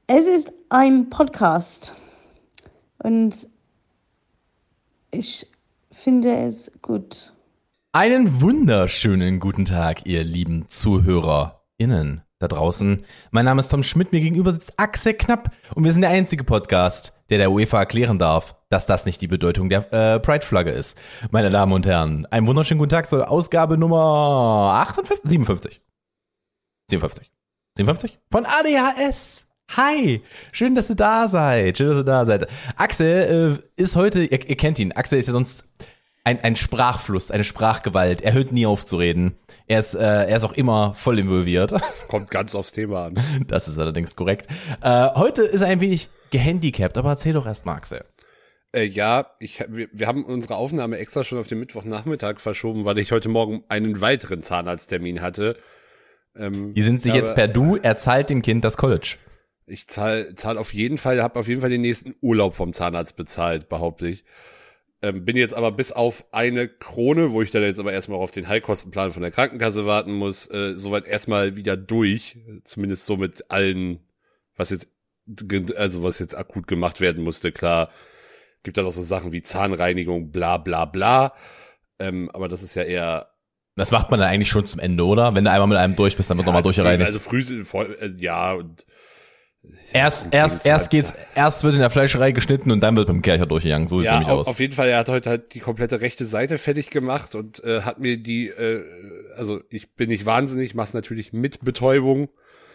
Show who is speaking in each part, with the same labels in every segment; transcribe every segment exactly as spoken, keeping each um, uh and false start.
Speaker 1: Es ist ein Podcast und ich finde es gut.
Speaker 2: Einen wunderschönen guten Tag, ihr lieben ZuhörerInnen da draußen. Mein Name ist Tom Schmidt, mir gegenüber sitzt Axel Knapp und wir sind der einzige Podcast, der der UEFA erklären darf, dass das nicht die Bedeutung der äh, Pride-Flagge ist. Meine Damen und Herren, einen wunderschönen guten Tag zur Ausgabe Nummer achtundfünfzig, siebenundfünfzig. siebenundfünfzig. siebenundfünfzig? Von A D H S. Hi, schön, dass ihr da seid. Schön, dass ihr da seid. Axel äh, ist heute, ihr, ihr kennt ihn, Axel ist ja sonst ein, ein Sprachfluss, eine Sprachgewalt. Er hört nie auf zu reden. Er ist, äh, er ist auch immer voll involviert.
Speaker 3: Das kommt ganz aufs Thema an.
Speaker 2: Das ist allerdings korrekt. Äh, heute ist er ein wenig gehandicapt, aber erzähl doch erst mal, Axel.
Speaker 3: Äh, ja, ich, wir, wir haben unsere Aufnahme extra schon auf den Mittwochnachmittag verschoben, weil ich heute Morgen einen weiteren Zahnarzttermin hatte. Ähm,
Speaker 2: Die sind sich
Speaker 3: aber,
Speaker 2: jetzt per Du, er zahlt dem Kind das College.
Speaker 3: Ich zahl, zahl auf jeden Fall, habe auf jeden Fall den nächsten Urlaub vom Zahnarzt bezahlt, behaupte ich. Ähm, bin jetzt aber bis auf eine Krone, wo ich dann jetzt aber erstmal auf den Heilkostenplan von der Krankenkasse warten muss, äh, soweit erstmal wieder durch. Zumindest so mit allen, was jetzt, also was jetzt akut gemacht werden musste. Klar, gibt dann auch so Sachen wie Zahnreinigung, bla bla bla. Ähm, aber das ist ja eher...
Speaker 2: Das macht man dann eigentlich schon zum Ende, oder? Wenn du einmal mit einem durch bist, dann wird ja, nochmal durchgereinigt.
Speaker 3: Also früh, äh, ja, und
Speaker 2: Erst, erst, erst geht's, erst wird in der Fleischerei geschnitten und dann wird beim Kercher durchgegangen. So sieht's
Speaker 3: ja,
Speaker 2: nämlich
Speaker 3: auf,
Speaker 2: aus.
Speaker 3: Auf jeden Fall, er hat heute halt die komplette rechte Seite fertig gemacht und äh, hat mir die, äh, also ich bin nicht wahnsinnig, mach's natürlich mit Betäubung.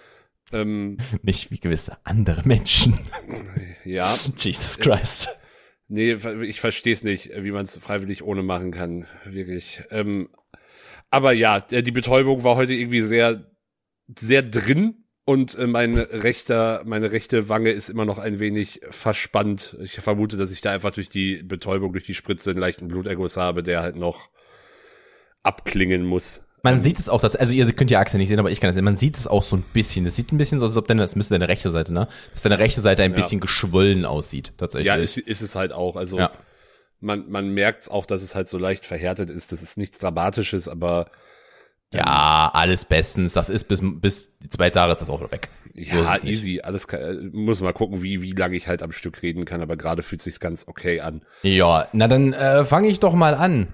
Speaker 3: Ähm,
Speaker 2: nicht wie gewisse andere Menschen.
Speaker 3: Ja.
Speaker 2: Jesus Christ.
Speaker 3: Äh, nee, ich verstehe es nicht, wie man es freiwillig ohne machen kann, wirklich. Ähm, aber ja, die Betäubung war heute irgendwie sehr, sehr drin. Und äh, mein rechter, meine rechte Wange ist immer noch ein wenig verspannt. Ich vermute, dass ich da einfach durch die Betäubung, durch die Spritze einen leichten Bluterguss habe, der halt noch abklingen muss.
Speaker 2: Man
Speaker 3: ähm,
Speaker 2: sieht es auch, dass, also ihr könnt ja Axel nicht sehen, aber ich kann es sehen, man sieht es auch so ein bisschen. Das sieht ein bisschen so, als ob deine, das müsste deine rechte Seite, ne? Dass deine rechte Seite ein
Speaker 3: ja.
Speaker 2: bisschen geschwollen aussieht, tatsächlich.
Speaker 3: Ja, ist, ist es halt auch. Also
Speaker 2: ja. man,
Speaker 3: man merkt auch, dass es halt so leicht verhärtet ist. Das ist nichts Dramatisches, aber
Speaker 2: ja, alles bestens. Das ist bis, bis zwei Tage ist das auch weg.
Speaker 3: Ja,
Speaker 2: so
Speaker 3: easy. Alles kann, muss mal gucken, wie, wie lange ich halt am Stück reden kann, aber gerade fühlt sich's ganz okay an.
Speaker 2: Ja, na dann äh, fange ich doch mal an.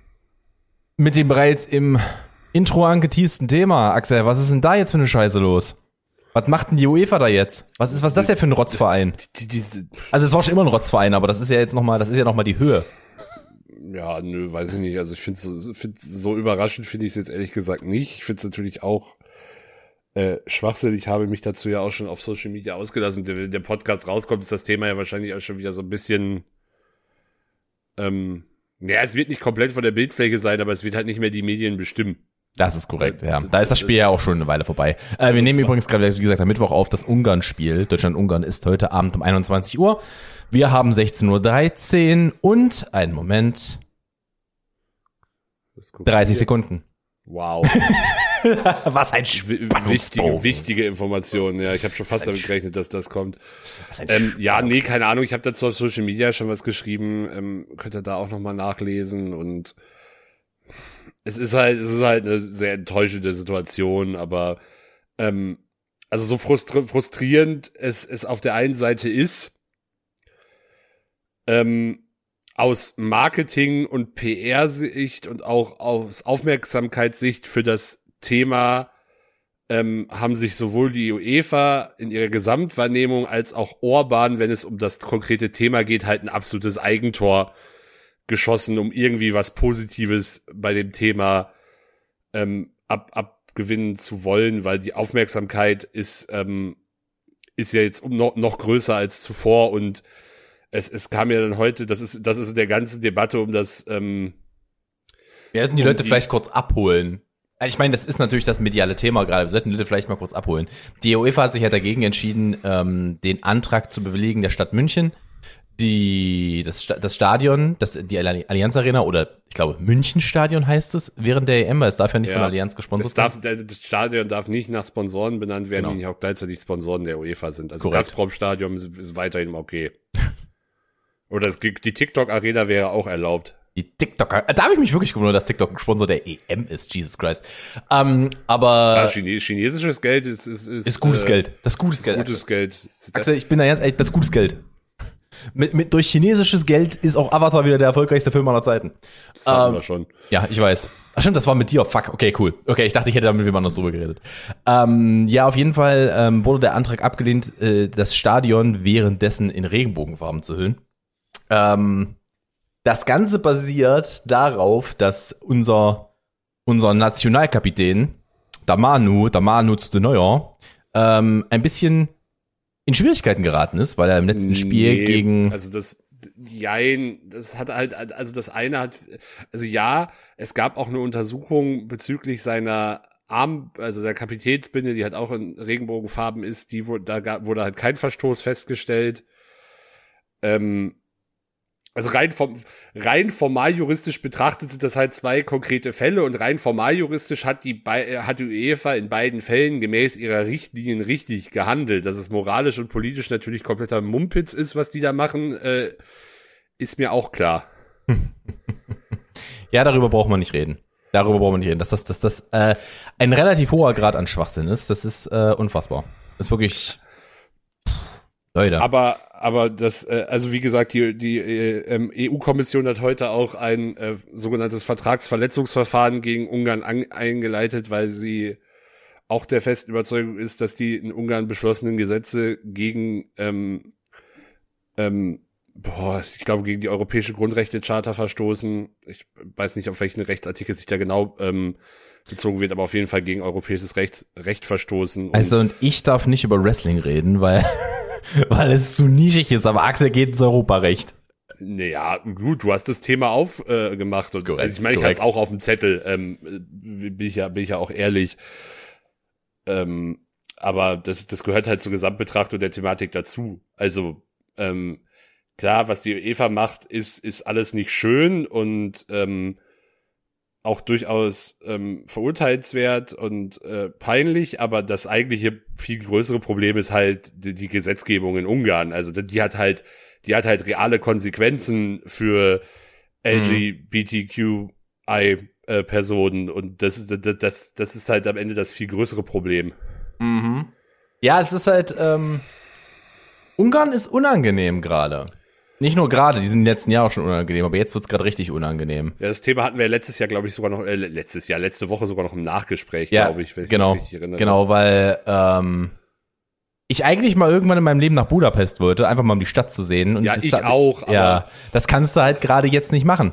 Speaker 2: Mit dem bereits im Intro angeteasten Thema. Axel, was ist denn da jetzt für eine Scheiße los? Was macht denn die UEFA da jetzt? Was ist, was ist das denn für ein Rotzverein?
Speaker 3: Die, die, die,
Speaker 2: also es war schon immer ein Rotzverein, aber das ist ja jetzt nochmal, das ist ja nochmal die Höhe.
Speaker 3: Ja, nö, weiß ich nicht. Also ich finde es find, so überraschend finde ich es jetzt ehrlich gesagt nicht. Ich finde es natürlich auch äh, schwachsinnig. Ich habe mich dazu ja auch schon auf Social Media ausgelassen. Wenn der Podcast rauskommt, ist das Thema ja wahrscheinlich auch schon wieder so ein bisschen ähm, ja, es wird nicht komplett von der Bildfläche sein, aber es wird halt nicht mehr die Medien bestimmen.
Speaker 2: Das ist korrekt, ja. Da ist das Spiel ja auch schon eine Weile vorbei. Äh, wir nehmen übrigens gerade, wie gesagt, am Mittwoch auf. Das Ungarn-Spiel, Deutschland-Ungarn, ist heute Abend um einundzwanzig Uhr. Wir haben sechzehn Uhr dreizehn und, einen Moment, dreißig Sekunden.
Speaker 3: Wow.
Speaker 2: Was ein
Speaker 3: wichtige, wichtige Informationen. Ja, ich habe schon fast damit gerechnet, dass das kommt. Ähm, ja, nee, keine Ahnung. Ich habe dazu auf Social Media schon was geschrieben. Ähm, könnt ihr da auch nochmal nachlesen. Und es ist halt, es ist halt eine sehr enttäuschende Situation. Aber ähm, also so frustri- frustrierend es es auf der einen Seite ist, ähm, aus Marketing- und P R-Sicht und auch aus Aufmerksamkeitssicht für das Thema ähm, haben sich sowohl die UEFA in ihrer Gesamtwahrnehmung als auch Orban, wenn es um das konkrete Thema geht, halt ein absolutes Eigentor geschossen, um irgendwie was Positives bei dem Thema ähm, ab, abgewinnen zu wollen, weil die Aufmerksamkeit ist ähm, ist ja jetzt um noch, noch größer als zuvor und Es, es kam ja dann heute, das ist, das ist in der ganzen Debatte um das, ähm,
Speaker 2: wir hätten die
Speaker 3: um
Speaker 2: Leute
Speaker 3: die,
Speaker 2: vielleicht kurz abholen. Ich meine, das ist natürlich das mediale Thema gerade. Wir sollten die Leute vielleicht mal kurz abholen. Die UEFA hat sich ja dagegen entschieden, ähm, den Antrag zu bewilligen der Stadt München, die, das, das Stadion, das, die Allianz Arena oder ich glaube Münchenstadion heißt es, während der E M, weil es darf ja nicht
Speaker 3: ja,
Speaker 2: von Allianz gesponsert
Speaker 3: es darf, sein. Das Stadion darf nicht nach Sponsoren benannt werden,
Speaker 2: genau.
Speaker 3: die nicht auch gleichzeitig Sponsoren der UEFA sind. Also
Speaker 2: Korrekt.
Speaker 3: Gazprom-Stadion ist, ist weiterhin okay. Oder es, die TikTok-Arena wäre auch erlaubt.
Speaker 2: Die TikToker. Da habe ich mich wirklich gewundert, dass TikTok ein Sponsor der E M ist. Jesus Christ. Ähm, aber
Speaker 3: ja, Chine chinesisches Geld ist ist ist,
Speaker 2: ist gutes
Speaker 3: äh,
Speaker 2: Geld. Das ist gutes
Speaker 3: ist
Speaker 2: Geld.
Speaker 3: Gutes Geld.
Speaker 2: Axel, ich bin da ganz ehrlich, das ist gutes Geld. Mit, mit, durch chinesisches Geld ist auch Avatar wieder der erfolgreichste Film aller Zeiten.
Speaker 3: Das hatten
Speaker 2: ähm,
Speaker 3: wir schon.
Speaker 2: Ja, ich weiß. Ach stimmt, das war mit dir. Fuck, okay, cool. Okay, ich dachte, ich hätte da mit wem anders drüber geredet. Ähm, ja, auf jeden Fall ähm, wurde der Antrag abgelehnt, äh, das Stadion währenddessen in Regenbogenfarben zu hüllen. Ähm, das Ganze basiert darauf, dass unser, unser Nationalkapitän, der Manu, der Manu zu de Neuer, ähm, ein bisschen in Schwierigkeiten geraten ist, weil er im letzten Spiel
Speaker 3: Nee,
Speaker 2: gegen...
Speaker 3: Also das, jein, das hat halt, also das eine hat, also ja, es gab auch eine Untersuchung bezüglich seiner Arm, also der Kapitänsbinde, die halt auch in Regenbogenfarben ist, die wurde, da gab, wurde halt kein Verstoß festgestellt. Ähm, Also rein vom, rein formal juristisch betrachtet sind das halt zwei konkrete Fälle und rein formal juristisch hat die, hat die UEFA in beiden Fällen gemäß ihrer Richtlinien richtig gehandelt. Dass es moralisch und politisch natürlich kompletter Mumpitz ist, was die da machen, äh, ist mir auch klar.
Speaker 2: Ja, darüber braucht man nicht reden. Darüber braucht man nicht reden. Dass das, dass das äh, ein relativ hoher Grad an Schwachsinn ist, das ist äh, unfassbar. Das ist wirklich... Leute.
Speaker 3: Aber, aber das, äh, also wie gesagt, die, die äh, E U-Kommission hat heute auch ein äh, sogenanntes Vertragsverletzungsverfahren gegen Ungarn an, eingeleitet, weil sie auch der festen Überzeugung ist, dass die in Ungarn beschlossenen Gesetze gegen, ähm, ähm, boah, ich glaube, gegen die Europäische Grundrechtecharta verstoßen. Ich weiß nicht, auf welchen Rechtsartikel sich da genau ähm, bezogen wird, aber auf jeden Fall gegen europäisches Recht, Recht verstoßen. Und
Speaker 2: also und ich darf nicht über Wrestling reden, weil... Weil es zu nischig ist, aber Axel geht ins Europarecht.
Speaker 3: Naja, gut, du hast das Thema aufgemacht. Äh, und
Speaker 2: korrekt,
Speaker 3: also ich meine, ich hatte es auch auf dem Zettel, ähm, bin ich ja, bin ich ja auch ehrlich. Ähm, aber das, das gehört halt zur Gesamtbetrachtung der Thematik dazu. Also, ähm, klar, was die UEFA macht, ist, ist alles nicht schön und ähm, auch durchaus ähm, verurteilenswert und äh, peinlich, aber das eigentliche viel größere Problem ist halt die, die Gesetzgebung in Ungarn. Also die hat halt, die hat halt reale Konsequenzen für L G B T Q I-Personen äh, und das ist das, das, das ist halt am Ende das viel größere Problem.
Speaker 2: Mhm. Ja, es ist halt, ähm, Ungarn ist unangenehm gerade. Nicht nur gerade, die sind in den letzten Jahren schon unangenehm, aber jetzt wird's gerade richtig unangenehm.
Speaker 3: Ja, das Thema hatten wir letztes Jahr, glaube ich, sogar noch, äh, letztes Jahr, letzte Woche sogar noch im Nachgespräch,
Speaker 2: ja,
Speaker 3: glaube ich. Wenn
Speaker 2: genau,
Speaker 3: ich mich erinnere.
Speaker 2: genau, weil ähm, ich eigentlich mal irgendwann in meinem Leben nach Budapest wollte, einfach mal um die Stadt zu sehen. Und
Speaker 3: ja,
Speaker 2: das
Speaker 3: ich
Speaker 2: hat,
Speaker 3: auch. Aber
Speaker 2: ja, das kannst du halt gerade jetzt nicht machen.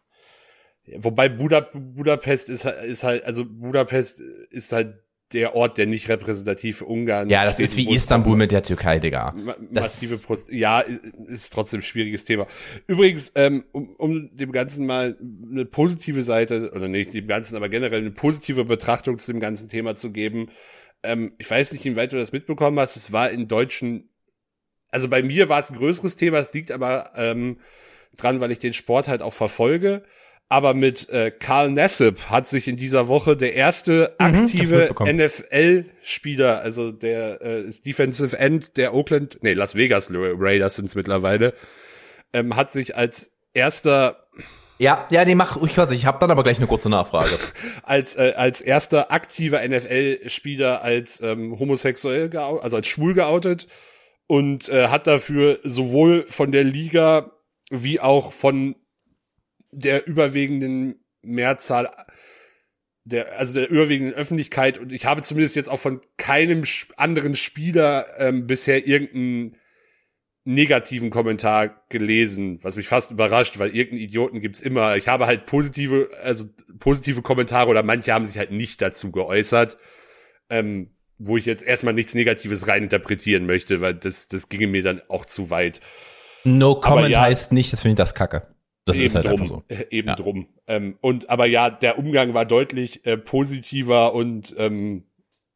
Speaker 3: Wobei Buda, Budapest ist, ist halt, also Budapest ist halt der Ort, der nicht repräsentativ für Ungarn
Speaker 2: Ja, das
Speaker 3: steht,
Speaker 2: ist wie
Speaker 3: wo es
Speaker 2: Istanbul
Speaker 3: auch
Speaker 2: mit der Türkei, Digga.
Speaker 3: ma-
Speaker 2: Das-
Speaker 3: massive Prost ja, ist trotzdem ein schwieriges Thema. Übrigens, ähm, um, um dem Ganzen mal eine positive Seite, oder nicht dem Ganzen, aber generell eine positive Betrachtung zu dem ganzen Thema zu geben. Ähm, ich weiß nicht, inwieweit du das mitbekommen hast, es war in deutschen, also bei mir war es ein größeres Thema, es liegt aber ähm, dran, weil ich den Sport halt auch verfolge. Aber mit äh, Carl Nassib hat sich in dieser Woche der erste
Speaker 2: Mhm, hab's
Speaker 3: aktive
Speaker 2: mitbekommen.
Speaker 3: N F L-Spieler, also der äh, ist Defensive End der Oakland, nee, Las Vegas Raiders sind's mittlerweile, ähm, hat sich als erster
Speaker 2: Ja, ja, nee, mach ruhig was. Ich habe dann aber gleich eine kurze Nachfrage.
Speaker 3: als äh, als erster aktiver N F L-Spieler als ähm, homosexuell geoutet, also als schwul geoutet und äh, hat dafür sowohl von der Liga wie auch von der überwiegenden Mehrzahl der, also der überwiegenden Öffentlichkeit, und ich habe zumindest jetzt auch von keinem sp- anderen Spieler ähm, bisher irgendeinen negativen Kommentar gelesen, was mich fast überrascht, weil irgendeinen Idioten gibt's immer. Ich habe halt positive, also positive Kommentare, oder manche haben sich halt nicht dazu geäußert, ähm, wo ich jetzt erstmal nichts Negatives reininterpretieren möchte, weil das, das ginge mir dann auch zu weit.
Speaker 2: No comment
Speaker 3: ja.
Speaker 2: heißt nicht, das finde ich das Kacke. Das
Speaker 3: eben
Speaker 2: ist halt
Speaker 3: drum,
Speaker 2: einfach so.
Speaker 3: äh, eben
Speaker 2: Ja.
Speaker 3: drum. Ähm, und aber ja, der Umgang war deutlich äh, positiver und ähm,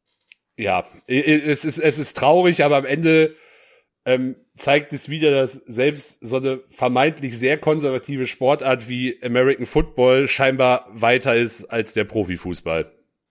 Speaker 3: ja, i- i- es ist es ist traurig, aber am Ende ähm, zeigt es wieder, dass selbst so eine vermeintlich sehr konservative Sportart wie American Football scheinbar weiter ist als der Profifußball.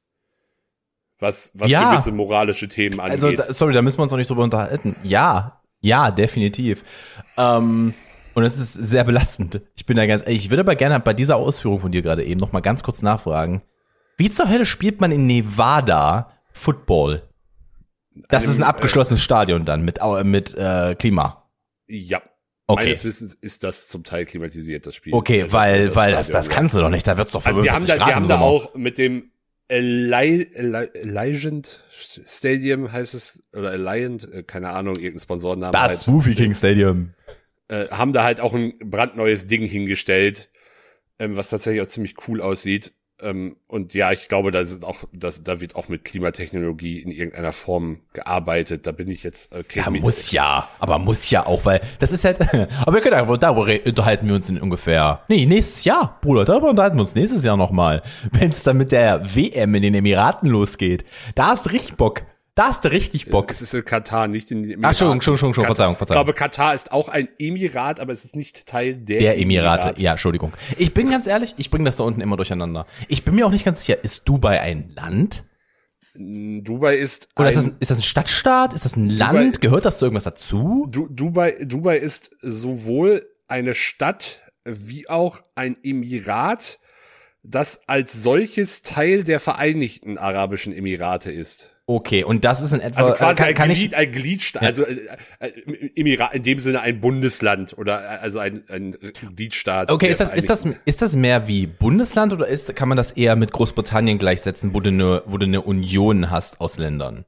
Speaker 3: Was was
Speaker 2: Ja.
Speaker 3: gewisse moralische Themen angeht.
Speaker 2: Also, da, sorry, da müssen wir uns auch nicht drüber unterhalten. Ja, ja, definitiv. Ähm, Und es ist sehr belastend. Ich bin da ganz, ich würde aber gerne bei dieser Ausführung von dir gerade eben noch mal ganz kurz nachfragen. Wie zur Hölle spielt man in Nevada Football? Das
Speaker 3: Einem,
Speaker 2: ist ein abgeschlossenes äh, Stadion dann mit, mit äh, Klima.
Speaker 3: Ja.
Speaker 2: Okay.
Speaker 3: Meines Wissens ist das zum Teil klimatisiert, das Spiel.
Speaker 2: Okay,
Speaker 3: das
Speaker 2: weil,
Speaker 3: das
Speaker 2: weil das, das kannst du doch nicht, da wird's doch
Speaker 3: Also die haben da,
Speaker 2: Grad
Speaker 3: die haben
Speaker 2: im
Speaker 3: da
Speaker 2: Sommer.
Speaker 3: auch mit dem Eli- Eli- Legend Stadium heißt es, oder Alliant, äh, keine Ahnung, irgendein Sponsorennamen.
Speaker 2: Das
Speaker 3: halt,
Speaker 2: Smoothie King Stadium.
Speaker 3: Äh, haben da halt auch ein brandneues Ding hingestellt, ähm, was tatsächlich auch ziemlich cool aussieht. Ähm, und ja, ich glaube, da sind auch, das, da wird auch mit Klimatechnologie in irgendeiner Form gearbeitet. Da bin ich jetzt. Okay,
Speaker 2: Ja, muss ja, aber muss ja auch, weil das ist halt. Aber wir können aber darüber re- unterhalten wir uns in ungefähr. Nee, nächstes Jahr, Bruder, darüber unterhalten wir uns nächstes Jahr nochmal, wenn es dann mit der W M in den Emiraten losgeht. Da hast du richtig Bock. Da hast du richtig Bock.
Speaker 3: Es ist in Katar, nicht in den Emiraten.
Speaker 2: Ach, Entschuldigung, Entschuldigung, Entschuldigung,
Speaker 3: Katar,
Speaker 2: Verzeihung, Verzeihung.
Speaker 3: Ich glaube, Katar ist auch ein Emirat, aber es ist nicht Teil der,
Speaker 2: Der Emirate.
Speaker 3: Emirate.
Speaker 2: Ja, Entschuldigung. Ich bin ganz ehrlich, ich bringe das da unten immer durcheinander. Ich bin mir auch nicht ganz sicher, ist Dubai ein Land?
Speaker 3: Dubai ist
Speaker 2: Oder
Speaker 3: ein,
Speaker 2: ist das, ein, ist das ein Stadtstaat? Ist das ein Land?
Speaker 3: Dubai,
Speaker 2: Gehört das zu irgendwas dazu?
Speaker 3: du, Dubai, Dubai ist sowohl eine Stadt wie auch ein Emirat, das als solches Teil der Vereinigten Arabischen Emirate ist.
Speaker 2: Okay, und das ist in etwa,
Speaker 3: Also quasi
Speaker 2: kann,
Speaker 3: ein
Speaker 2: kann
Speaker 3: Glied,
Speaker 2: ich,
Speaker 3: ein Gliedstaat,
Speaker 2: Ja.
Speaker 3: also äh, äh, Emirat, in dem Sinne ein Bundesland oder äh, also ein, ein Gliedstaat.
Speaker 2: okay,
Speaker 3: der
Speaker 2: ist das, ist das,
Speaker 3: Vereinigten-
Speaker 2: ist das mehr wie Bundesland oder ist, kann man das eher mit Großbritannien gleichsetzen, wo du eine, wo du eine Union hast aus Ländern?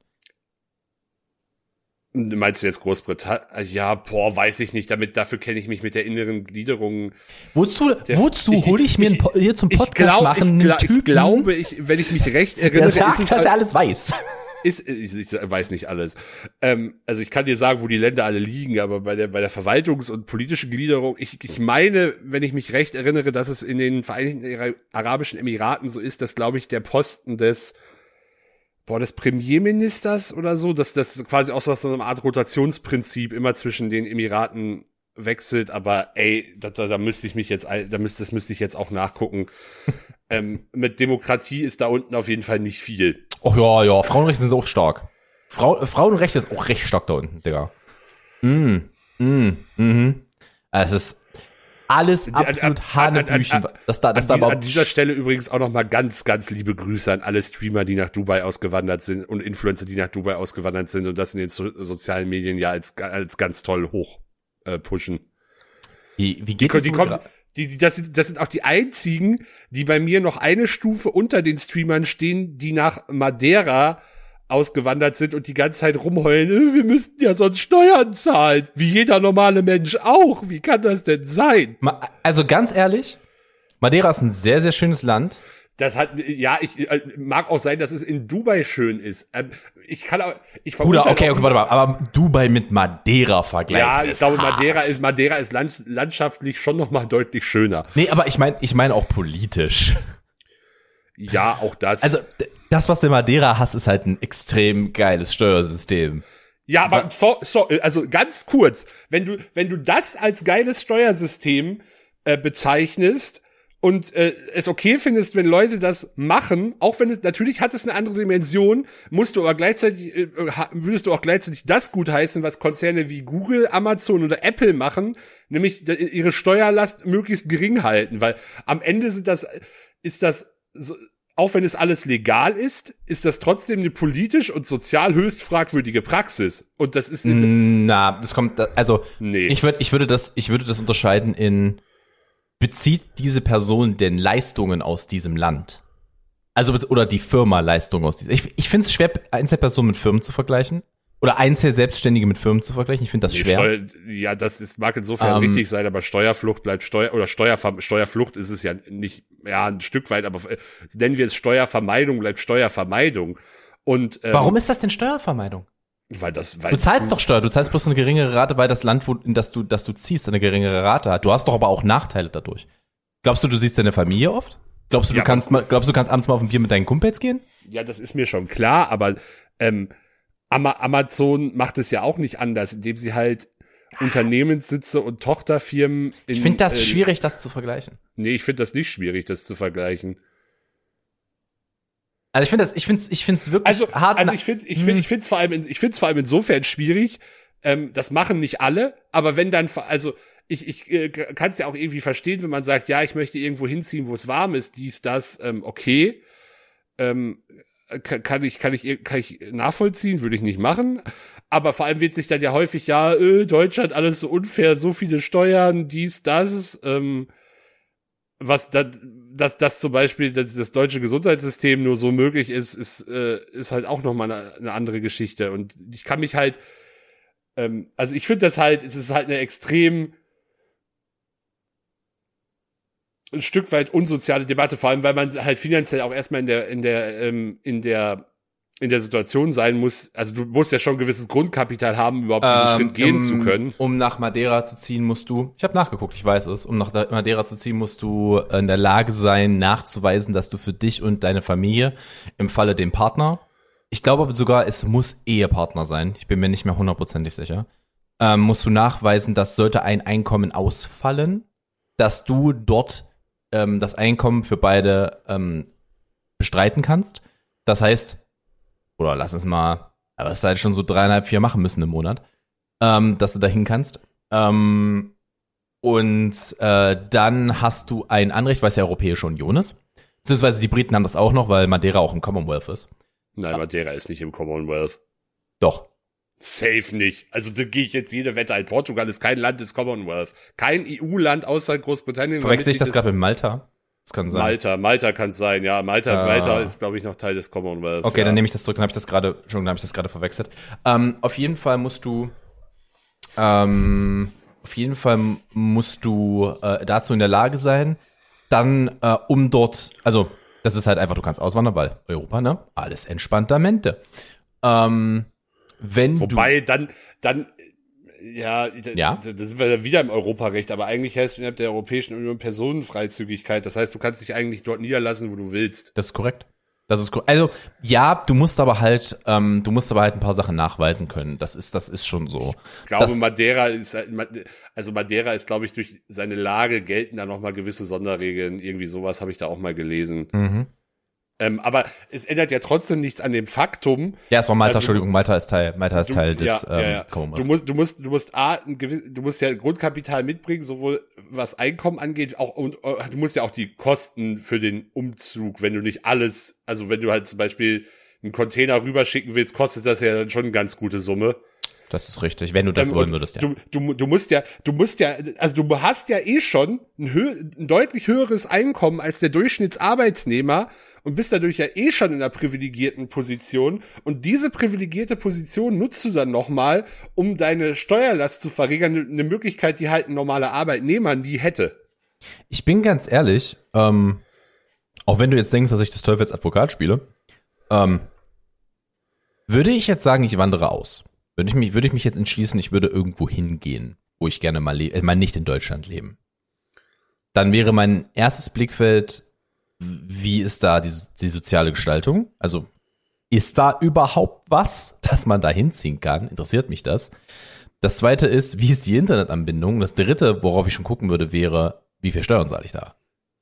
Speaker 3: Meinst du jetzt Großbritannien? Ja, boah, weiß ich nicht. Damit, dafür kenne ich mich mit der inneren Gliederung.
Speaker 2: Wozu,
Speaker 3: Der-
Speaker 2: wozu
Speaker 3: ich-
Speaker 2: hole ich mir
Speaker 3: ich-
Speaker 2: ein Po- hier zum
Speaker 3: Ich,
Speaker 2: Podcast
Speaker 3: glaub,
Speaker 2: machen
Speaker 3: ich,
Speaker 2: einen
Speaker 3: gla-
Speaker 2: Typen,
Speaker 3: ich glaube, ich, wenn ich mich recht
Speaker 2: der
Speaker 3: erinnere,
Speaker 2: sagt,
Speaker 3: ist es,
Speaker 2: dass er alles weiß.
Speaker 3: ist, ich, ich weiß nicht alles. Ähm, also ich kann dir sagen, wo die Länder alle liegen, aber bei der, bei der Verwaltungs- und politischen Gliederung, ich, ich meine, wenn ich mich recht erinnere, dass es in den Vereinigten Arabischen Emiraten so ist, dass, glaube ich, der Posten des Boah, des Premierministers oder so, dass das quasi auch so so eine Art Rotationsprinzip immer zwischen den Emiraten wechselt, aber ey, da, da, da müsste ich mich jetzt, da müsste, das müsste ich jetzt auch nachgucken. ähm, mit Demokratie ist da unten auf jeden Fall nicht viel.
Speaker 2: Oh ja, ja, Frauenrechte sind auch stark. Frau, Frauenrechte ist auch recht stark da unten, Digga. Mm, mm, mhm. Es ist alles
Speaker 3: An-
Speaker 2: absolut
Speaker 3: an- an-
Speaker 2: Hanebüchen.
Speaker 3: an-
Speaker 2: Das da, das
Speaker 3: An,
Speaker 2: da
Speaker 3: dieser, an
Speaker 2: überhaupt
Speaker 3: dieser Stelle übrigens auch nochmal ganz, ganz liebe Grüße an alle Streamer, die nach Dubai ausgewandert sind und Influencer, die nach Dubai ausgewandert sind und das in den so sozialen Medien ja als, als ganz toll hoch äh, pushen.
Speaker 2: Wie, wie
Speaker 3: Die,
Speaker 2: geht es
Speaker 3: die, kommen, die, die, das, sind, das sind auch die einzigen, die bei mir noch eine Stufe unter den Streamern stehen, die nach Madeira ausgewandert sind und die ganze Zeit rumheulen, äh, wir müssten ja sonst Steuern zahlen, wie jeder normale Mensch auch. Wie kann das denn sein?
Speaker 2: Also ganz ehrlich, Madeira ist ein sehr, sehr schönes Land.
Speaker 3: Das hat, ja, ich äh, mag auch sein, dass es in Dubai schön ist. Ähm, ich kann auch, ich vermute
Speaker 2: Bruder,
Speaker 3: halt
Speaker 2: okay,
Speaker 3: auch-
Speaker 2: okay, warte mal, aber Dubai mit Madeira vergleichen
Speaker 3: Ja, ich
Speaker 2: ist
Speaker 3: glaube,
Speaker 2: hart.
Speaker 3: Madeira ist, Madeira ist land, landschaftlich schon noch mal deutlich schöner.
Speaker 2: Nee, aber ich meine, ich meine auch politisch.
Speaker 3: Ja, auch das.
Speaker 2: Also, d- das, was der Madeira hast, ist halt ein extrem geiles Steuersystem.
Speaker 3: Ja, aber so, so, also ganz kurz, wenn du, wenn du das als geiles Steuersystem äh, bezeichnest und äh, es okay findest, wenn Leute das machen, auch wenn es, natürlich hat es eine andere Dimension, musst du aber gleichzeitig, äh, ha- würdest du auch gleichzeitig das gutheißen, was Konzerne wie Google, Amazon oder Apple machen, nämlich d- ihre Steuerlast möglichst gering halten, weil am Ende sind das, ist das so, auch wenn es alles legal ist, ist das trotzdem eine politisch und sozial höchst fragwürdige Praxis. Und das ist
Speaker 2: Na, das kommt, also,
Speaker 3: Nee.
Speaker 2: ich würde, ich würde das, ich würde das unterscheiden in, bezieht diese Person denn Leistungen aus diesem Land? Also, oder die Firma Leistungen aus diesem, ich, ich finde es schwer, Einzelpersonen mit Firmen zu vergleichen. Oder Einzelselbstständige mit Firmen zu vergleichen. Ich finde das
Speaker 3: Nee,
Speaker 2: schwer.
Speaker 3: Steuer, ja, das ist, mag insofern
Speaker 2: Ähm,
Speaker 3: richtig sein, aber Steuerflucht bleibt Steuer, oder Steuerver, Steuerflucht ist es ja nicht, ja, ein Stück weit, aber äh, nennen wir es Steuervermeidung, bleibt Steuervermeidung. Und, ähm,
Speaker 2: Warum ist das denn Steuervermeidung?
Speaker 3: Weil das, weil
Speaker 2: Du zahlst doch Steuer, du zahlst bloß eine geringere Rate, weil das Land, wo, in das du, das du ziehst, eine geringere Rate hat. Du hast doch aber auch Nachteile dadurch. Glaubst du, du siehst deine Familie oft? Glaubst du, du
Speaker 3: Ja,
Speaker 2: kannst mal, glaubst du, kannst abends mal auf ein Bier mit deinen Kumpels gehen?
Speaker 3: Ja, das ist mir schon klar, aber ähm, Ama- Amazon macht es ja auch nicht anders, indem sie halt Unternehmenssitze und Tochterfirmen in,
Speaker 2: Ich finde das
Speaker 3: äh,
Speaker 2: schwierig, das zu vergleichen.
Speaker 3: Nee, ich finde das nicht schwierig, das zu vergleichen.
Speaker 2: Also ich finde das, ich finde ich finde es wirklich
Speaker 3: Also,
Speaker 2: hart.
Speaker 3: also ich finde, ich finde, ich finde es vor allem, in, ich finde es vor allem insofern schwierig. Ähm, das machen nicht alle, aber wenn dann, also ich, ich äh, kann es ja auch irgendwie verstehen, wenn man sagt, ja, ich möchte irgendwo hinziehen, wo es warm ist, dies, das, ähm, okay. Ähm, kann, kann ich, kann ich, kann ich nachvollziehen, würde ich nicht machen. Aber vor allem wird sich dann ja häufig, ja, äh, Deutschland, alles so unfair, so viele Steuern, dies, das, ähm, was dann, dass das zum Beispiel dass das deutsche Gesundheitssystem nur so möglich ist, ist äh, ist halt auch noch mal eine, eine andere Geschichte. Und ich kann mich halt, ähm, also ich finde das halt, es ist halt eine extrem ein Stück weit unsoziale Debatte, vor allem weil man halt finanziell auch erstmal in der in der ähm, in der in der Situation sein muss, also du musst ja schon ein gewisses Grundkapital haben, überhaupt diesen
Speaker 2: Ähm,
Speaker 3: Schritt gehen
Speaker 2: um,
Speaker 3: zu können.
Speaker 2: Um nach Madeira zu ziehen, musst du, ich habe nachgeguckt, ich weiß es, um nach Madeira zu ziehen, musst du in der Lage sein, nachzuweisen, dass du für dich und deine Familie, im Falle dem Partner, ich glaube aber sogar, es muss Ehepartner sein, ich bin mir nicht mehr hundertprozentig sicher, ähm, musst du nachweisen, dass sollte ein Einkommen ausfallen, dass du dort ähm, das Einkommen für beide ähm, bestreiten kannst. Das heißt, oder lass uns mal, aber es halt schon so dreieinhalb, vier machen müssen im Monat, ähm, dass du dahin kannst. Ähm, und äh, dann hast du ein Anrecht, weil es ja Europäische Union ist. Beziehungsweise die Briten haben das auch noch, weil Madeira auch im Commonwealth ist.
Speaker 3: Nein, Madeira ist nicht im Commonwealth.
Speaker 2: Doch.
Speaker 3: Safe nicht. Also da gehe ich jetzt jede Wette ein. Portugal ist kein Land des Commonwealth. Kein E U-Land außer Großbritannien.
Speaker 2: Verwechsel ich das gerade mit Malta? Das kann sein.
Speaker 3: Malta, Malta kann es sein, ja. Malta,
Speaker 2: Ah.
Speaker 3: Malta ist, glaube ich, noch Teil des Commonwealth.
Speaker 2: Okay,
Speaker 3: ja.
Speaker 2: dann nehme ich das zurück, dann habe ich das gerade, schon, dann habe ich das gerade verwechselt. Ähm, auf jeden Fall musst du, ähm, auf jeden Fall musst du äh, dazu in der Lage sein, dann, äh, um dort, also, das ist halt einfach, du kannst auswandern, weil Europa, ne, alles entspanntermente. Ähm, wenn
Speaker 3: Wobei
Speaker 2: du,
Speaker 3: dann, dann, ja,
Speaker 2: Ja.
Speaker 3: da, da sind wir dann wieder im Europarecht, aber eigentlich heißt innerhalb der Europäischen Union Personenfreizügigkeit. Das heißt, du kannst dich eigentlich dort niederlassen, wo du willst.
Speaker 2: das ist korrekt. Das ist korrekt. Also, ja, du musst aber halt, ähm, du musst aber halt ein paar Sachen nachweisen können. Das ist, das ist schon so.
Speaker 3: Ich glaube,
Speaker 2: das,
Speaker 3: Madeira ist, also Madeira ist, glaube ich, durch seine Lage gelten da noch mal gewisse Sonderregeln. Irgendwie sowas habe ich da auch mal gelesen.
Speaker 2: mhm.
Speaker 3: Ähm, aber es ändert ja trotzdem nichts an dem Faktum.
Speaker 2: Ja, es war Malta,
Speaker 3: Also,
Speaker 2: Entschuldigung, Malta ist Teil, Malta ist
Speaker 3: Du,
Speaker 2: Teil des
Speaker 3: ja,
Speaker 2: ähm,
Speaker 3: ja, ja.
Speaker 2: Commonwealth.
Speaker 3: Du musst, du musst, du musst A, ein gewiss, du musst ja Grundkapital mitbringen, sowohl was Einkommen angeht, auch und äh, du musst ja auch die Kosten für den Umzug, wenn du nicht alles, also wenn du halt zum Beispiel einen Container rüberschicken willst, kostet das ja dann schon eine ganz gute Summe.
Speaker 2: Das ist richtig, wenn du das
Speaker 3: Ähm,
Speaker 2: wollen
Speaker 3: und
Speaker 2: würdest, ja.
Speaker 3: Du, du, du musst ja, du musst ja, also du hast ja eh schon ein, hö ein deutlich höheres Einkommen als der Durchschnittsarbeitsnehmer und bist dadurch ja eh schon in einer privilegierten Position. Und diese privilegierte Position nutzt du dann nochmal, um deine Steuerlast zu verringern. Eine Möglichkeit, die halt ein normaler Arbeitnehmer nie hätte.
Speaker 2: Ich bin ganz ehrlich, ähm, auch wenn du jetzt denkst, dass ich des Teufels Advokat spiele, ähm, würde ich jetzt sagen, ich wandere aus. Würde ich mich, würde ich mich jetzt entschließen, ich würde irgendwo hingehen, wo ich gerne mal lebe, äh, mal nicht in Deutschland leben. Dann wäre mein erstes Blickfeld, wie ist da die, die soziale Gestaltung? Also, ist da überhaupt was, dass man da hinziehen kann? Interessiert mich das? Das zweite ist, wie ist die Internetanbindung? Das dritte, worauf ich schon gucken würde, wäre, wie viel Steuern zahle ich da?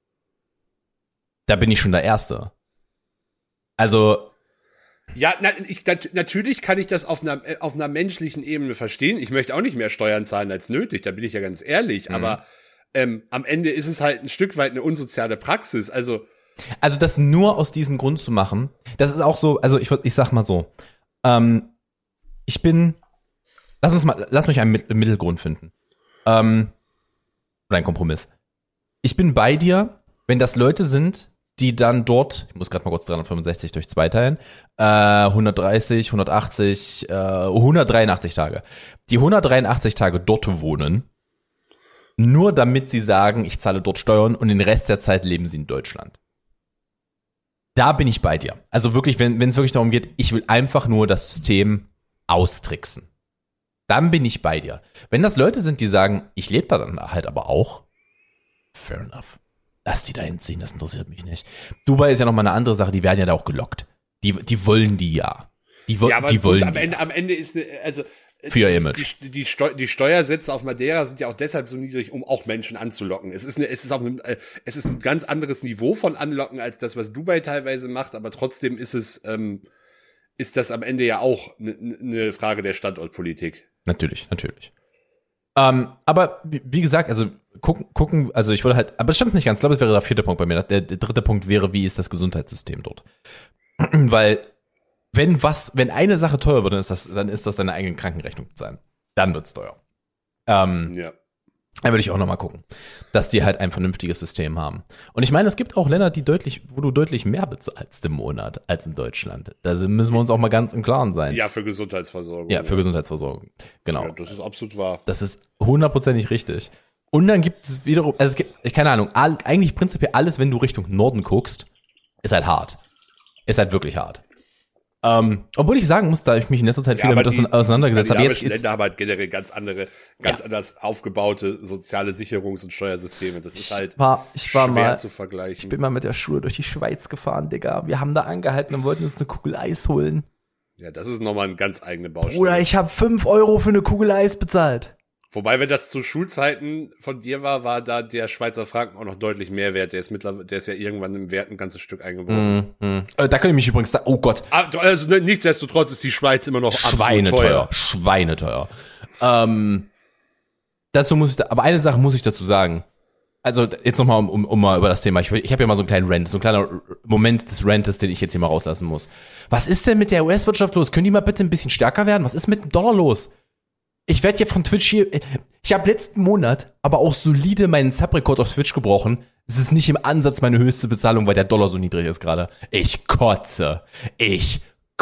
Speaker 2: Da bin ich schon der Erste. Also,
Speaker 3: Ja, na, ich, nat natürlich kann ich das auf einer, auf einer menschlichen Ebene verstehen. Ich möchte auch nicht mehr Steuern zahlen als nötig, da bin ich ja ganz ehrlich. Mhm. Aber ähm, am Ende ist es halt ein Stück weit eine unsoziale Praxis. Also,
Speaker 2: also das nur aus diesem Grund zu machen, das ist auch so, also ich, ich sag mal so, ähm, ich bin, lass uns mal, lass mich einen Mittelgrund finden. Ähm, oder einen Kompromiss. Ich bin bei dir, wenn das Leute sind, die dann dort, ich muss gerade mal kurz dreihundertfünfundsechzig durch zwei teilen, äh, hundertdreißig, hundertachtzig, äh, hundertdreiundachtzig Tage, die hundertdreiundachtzig Tage dort wohnen, nur damit sie sagen, ich zahle dort Steuern und den Rest der Zeit leben sie in Deutschland. Da bin ich bei dir. Also wirklich, wenn wenn es wirklich darum geht, ich will einfach nur das System austricksen. Dann bin ich bei dir. Wenn das Leute sind, die sagen, ich lebe da dann halt aber auch, fair enough. Lass die da hinziehen, das interessiert mich nicht. Dubai ist ja nochmal eine andere Sache, die werden ja da auch gelockt. Die, die wollen die ja. Die, wo,
Speaker 3: ja, aber
Speaker 2: die wollen
Speaker 3: am
Speaker 2: die
Speaker 3: Ende,
Speaker 2: ja.
Speaker 3: am Ende ist, eine, also,
Speaker 2: Für ihr Image.
Speaker 3: Die, die, Steu die Steuersätze auf Madeira sind ja auch deshalb so niedrig, um auch Menschen anzulocken. Es ist, eine, es ist auch ein, es ist ein ganz anderes Niveau von Anlocken als das, was Dubai teilweise macht, aber trotzdem ist es, ähm, ist das am Ende ja auch eine ne Frage der Standortpolitik.
Speaker 2: Natürlich, natürlich. Ähm, aber wie, wie gesagt, also gucken, gucken, also ich würde halt, aber es stimmt nicht ganz, ich glaube, es wäre der vierte Punkt bei mir. Der, der dritte Punkt wäre, wie ist das Gesundheitssystem dort? Weil, wenn was, wenn eine Sache teuer wird, dann ist das, dann ist das deine eigene Krankenrechnung bezahlen. Dann wird's teuer. Ähm,
Speaker 3: Ja.
Speaker 2: Da würde ich auch nochmal gucken, dass die halt ein vernünftiges System haben. Und ich meine, es gibt auch Länder, die deutlich, wo du deutlich mehr bezahlst im Monat als in Deutschland. Da müssen wir uns auch mal ganz im Klaren sein.
Speaker 3: Ja, für Gesundheitsversorgung.
Speaker 2: Ja, für Gesundheitsversorgung. Genau.
Speaker 3: Ja, das ist absolut wahr.
Speaker 2: Das ist hundertprozentig richtig. Und dann gibt es wiederum, also es gibt, keine Ahnung, all, eigentlich prinzipiell alles, wenn du Richtung Norden guckst, ist halt hart. Ist halt wirklich hart. Ähm, obwohl ich sagen muss, da ich mich in letzter Zeit
Speaker 3: Ja,
Speaker 2: viel
Speaker 3: aber
Speaker 2: damit
Speaker 3: die-
Speaker 2: auseinandergesetzt
Speaker 3: die
Speaker 2: habe, jetzt,
Speaker 3: skandinavischen
Speaker 2: jetzt
Speaker 3: Länder haben halt generell ganz andere, ganz
Speaker 2: Ja.
Speaker 3: anders aufgebaute soziale Sicherungs- und Steuersysteme. Das ist halt
Speaker 2: war, ich war
Speaker 3: schwer
Speaker 2: mal,
Speaker 3: zu vergleichen.
Speaker 2: ich bin mal mit der Schule durch die Schweiz gefahren, Digga. Wir haben da angehalten und wollten uns eine Kugel Eis holen.
Speaker 3: Ja, das ist nochmal ein ganz eigene Baustelle.
Speaker 2: Bruder, ich habe fünf Euro für eine Kugel Eis bezahlt.
Speaker 3: Wobei, wenn das zu Schulzeiten von dir war, war da der Schweizer Franken auch noch deutlich mehr wert. Der ist mittlerweile, der ist ja irgendwann im Wert ein ganzes Stück eingebrochen.
Speaker 2: Mm, mm. Äh, da kann ich mich übrigens, da, oh Gott,
Speaker 3: Ah, Also ne, nichtsdestotrotz ist die Schweiz immer noch absolut
Speaker 2: schweineteuer,
Speaker 3: teuer.
Speaker 2: schweineteuer. Ähm, dazu muss ich, da, aber eine Sache muss ich dazu sagen. Also jetzt nochmal, um, um, um mal über das Thema, ich, ich habe ja mal so einen kleinen Rant, so ein kleiner Moment des Rantes, den ich jetzt hier mal rauslassen muss. Was ist denn mit der U S-Wirtschaft los? Können die mal bitte ein bisschen stärker werden? Was ist mit dem Dollar los? Ich werde ja von Twitch hier, ich habe letzten Monat aber auch solide meinen Subrekord auf Twitch gebrochen. Es ist nicht im Ansatz meine höchste Bezahlung, weil der Dollar so niedrig ist gerade. Ich kotze. Ich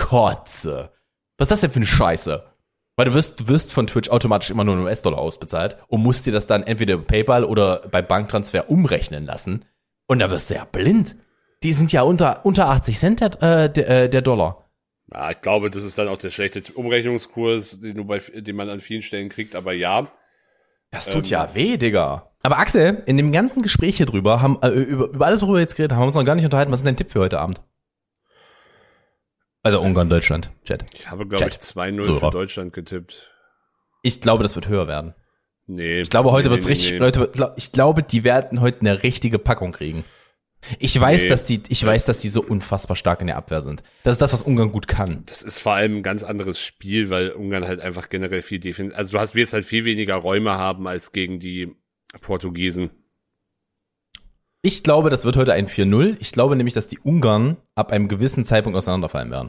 Speaker 2: kotze. Was ist das denn für eine Scheiße? Weil du wirst, du wirst von Twitch automatisch immer nur in U S-Dollar ausbezahlt und musst dir das dann entweder über PayPal oder bei Banktransfer umrechnen lassen. Und da wirst du ja blind. Die sind ja unter, unter achtzig Cent der, äh, der, äh, der Dollar.
Speaker 3: Ja, ich glaube, das ist dann auch der schlechte Umrechnungskurs, den, du bei, den man an vielen Stellen kriegt, aber ja.
Speaker 2: Das tut ähm, ja weh, Digga. Aber Axel, in dem ganzen Gespräch hier drüber, haben, äh, über, über alles, worüber wir jetzt geredet haben, haben wir uns noch gar nicht unterhalten. Was ist dein Tipp für heute Abend? Also Ungarn, Deutschland, Chat.
Speaker 3: Ich habe, glaube ich, zwei null
Speaker 2: so,
Speaker 3: für Deutschland getippt.
Speaker 2: Ich glaube, das wird höher werden.
Speaker 3: Nee.
Speaker 2: Ich glaube, heute
Speaker 3: nee,
Speaker 2: wird's
Speaker 3: nee,
Speaker 2: richtig,
Speaker 3: nee.
Speaker 2: Leute, ich glaube, die werden heute eine richtige Packung kriegen. Ich weiß,
Speaker 3: Nee.
Speaker 2: dass die, ich weiß, dass die so unfassbar stark in der Abwehr sind. Das ist das, was Ungarn gut kann.
Speaker 3: Das ist vor allem ein ganz anderes Spiel, weil Ungarn halt einfach generell viel defensiv, also du hast, wirst halt viel weniger Räume haben als gegen die Portugiesen.
Speaker 2: Ich glaube, das wird heute ein vier null. Ich glaube nämlich, dass die Ungarn ab einem gewissen Zeitpunkt auseinanderfallen werden.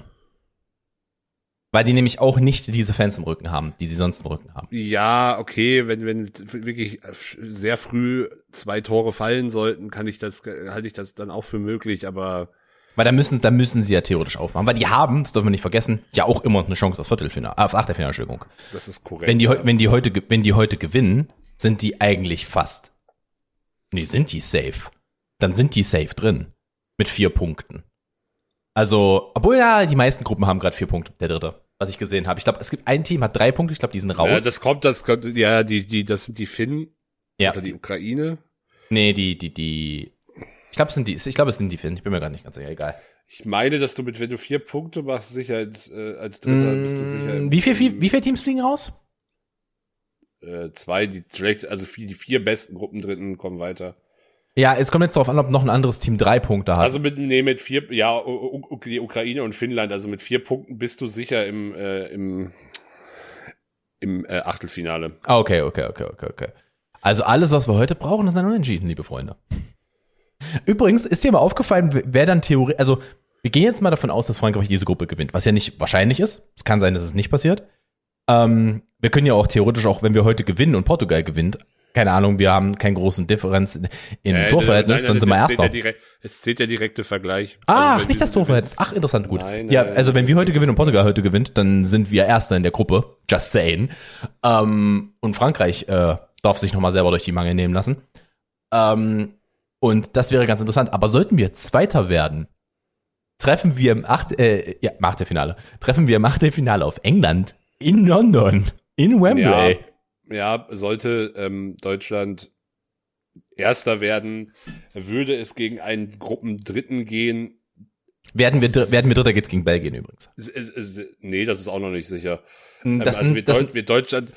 Speaker 2: Weil die nämlich auch nicht diese Fans im Rücken haben, die sie sonst im Rücken haben.
Speaker 3: Ja, okay, wenn, wenn wirklich sehr früh zwei Tore fallen sollten, kann ich das, halte ich das dann auch für möglich, aber.
Speaker 2: Weil da müssen, da müssen sie ja theoretisch aufmachen. Weil die haben, das dürfen wir nicht vergessen, ja auch immer eine Chance aufs Viertelfinale, auf Achtelfinale, Entschuldigung.
Speaker 3: Das ist korrekt.
Speaker 2: Wenn die,
Speaker 3: ja.
Speaker 2: wenn die heute, wenn die heute gewinnen, sind die eigentlich fast. Nee, sind die safe. Dann sind die safe drin. Mit vier Punkten. Also, obwohl ja, die meisten Gruppen haben gerade vier Punkte, der dritte, was ich gesehen habe. Ich glaube, es gibt ein Team, hat drei Punkte, ich glaube, die sind raus.
Speaker 3: Ja, das kommt, das kommt, ja, die, die, das sind die Finnen.
Speaker 2: Ja.
Speaker 3: Oder die Ukraine.
Speaker 2: Nee, die, die, die. Ich glaube, es sind die, ich glaube, es sind die Finnen. Ich bin mir gar nicht ganz sicher, egal.
Speaker 3: Ich meine, dass du mit, wenn du vier Punkte machst, sicher als, äh, als Dritter
Speaker 2: Mm,
Speaker 3: bist du sicher. Im,
Speaker 2: Wie viel, wie, wie viele Teams fliegen raus?
Speaker 3: Äh, zwei, die direkt, also vier, die vier besten Gruppendritten kommen weiter.
Speaker 2: Ja, es kommt jetzt darauf an, ob noch ein anderes Team drei Punkte hat.
Speaker 3: Also mit, nee, mit vier, ja, U- U- die Ukraine und Finnland, also mit vier Punkten bist du sicher im, äh, im, im äh, Achtelfinale.
Speaker 2: Ah, okay, okay, okay, okay, okay. Also alles, was wir heute brauchen, ist ein Unentschieden, liebe Freunde. Übrigens, ist dir mal aufgefallen, wer dann theoretisch, also wir gehen jetzt mal davon aus, dass Frankreich diese Gruppe gewinnt, was ja nicht wahrscheinlich ist. Es kann sein, dass es nicht passiert. Ähm, wir können ja auch theoretisch auch, wenn wir heute gewinnen und Portugal gewinnt, keine Ahnung, wir haben keine großen Differenz im
Speaker 3: Äh,
Speaker 2: Torverhältnis,
Speaker 3: nein,
Speaker 2: dann
Speaker 3: nein,
Speaker 2: sind wir
Speaker 3: es zählt
Speaker 2: Erster.
Speaker 3: ja direkt, es zählt der direkte Vergleich.
Speaker 2: Ach,
Speaker 3: Also, wenn
Speaker 2: nicht das
Speaker 3: die-
Speaker 2: Torverhältnis. Ach, interessant, gut.
Speaker 3: Nein,
Speaker 2: ja,
Speaker 3: nein,
Speaker 2: also wenn
Speaker 3: nein.
Speaker 2: wir heute gewinnen und Portugal heute gewinnt, dann sind wir Erster in der Gruppe. Just saying. Ähm, und Frankreich äh, darf sich nochmal selber durch die Mangel nehmen lassen. Ähm, und das wäre ganz interessant. Aber sollten wir Zweiter werden, treffen wir im Acht, äh, ja, im Achtelfinale, treffen wir im Achtelfinale auf England in London, in Wembley.
Speaker 3: Ja, ja, sollte ähm, Deutschland Erster werden, würde es gegen einen Gruppendritten gehen.
Speaker 2: Werden wir, dr- werden wir Dritter, geht's gegen Belgien übrigens.
Speaker 3: Es, es, es, nee, das ist auch noch nicht sicher.
Speaker 2: Das
Speaker 3: Ähm, also
Speaker 2: sind-
Speaker 3: wir,
Speaker 2: das
Speaker 3: Deut- wir Deutschland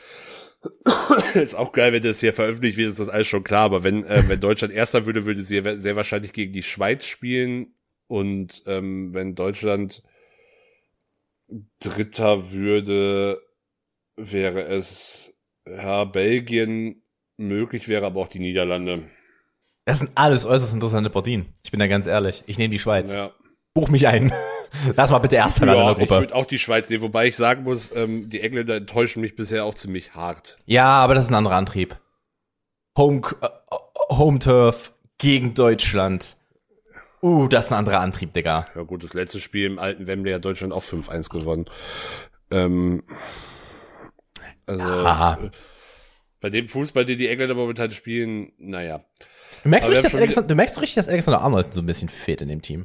Speaker 3: ist auch geil, wenn das hier veröffentlicht wird, ist das alles schon klar. Aber wenn äh, wenn Deutschland Erster würde, würde sie sehr, sehr wahrscheinlich gegen die Schweiz spielen. Und ähm, wenn Deutschland Dritter würde, wäre es Ja, Belgien möglich wäre, aber auch die Niederlande.
Speaker 2: Das sind alles äußerst interessante Partien. Ich bin da ganz ehrlich. Ich nehme die Schweiz.
Speaker 3: Ja.
Speaker 2: Buch mich ein. Lass mal bitte erster
Speaker 3: Ja,
Speaker 2: in der
Speaker 3: ich
Speaker 2: Gruppe.
Speaker 3: würde auch die Schweiz nehmen, wobei ich sagen muss, ähm, die Engländer enttäuschen mich bisher auch ziemlich hart.
Speaker 2: Ja, aber das ist ein anderer Antrieb. Home, äh, Home Turf gegen Deutschland. Uh, das ist ein anderer Antrieb, Digga.
Speaker 3: Ja gut, das letzte Spiel im alten Wembley hat Deutschland auch fünf eins gewonnen. Ähm, also
Speaker 2: Ja.
Speaker 3: äh, bei dem Fußball, den die Engländer momentan spielen, naja.
Speaker 2: Du merkst,
Speaker 3: Aber
Speaker 2: richtig, dass
Speaker 3: wir haben schon
Speaker 2: Alexander, du merkst richtig, dass Alexander Arnold so ein bisschen fehlt in dem Team.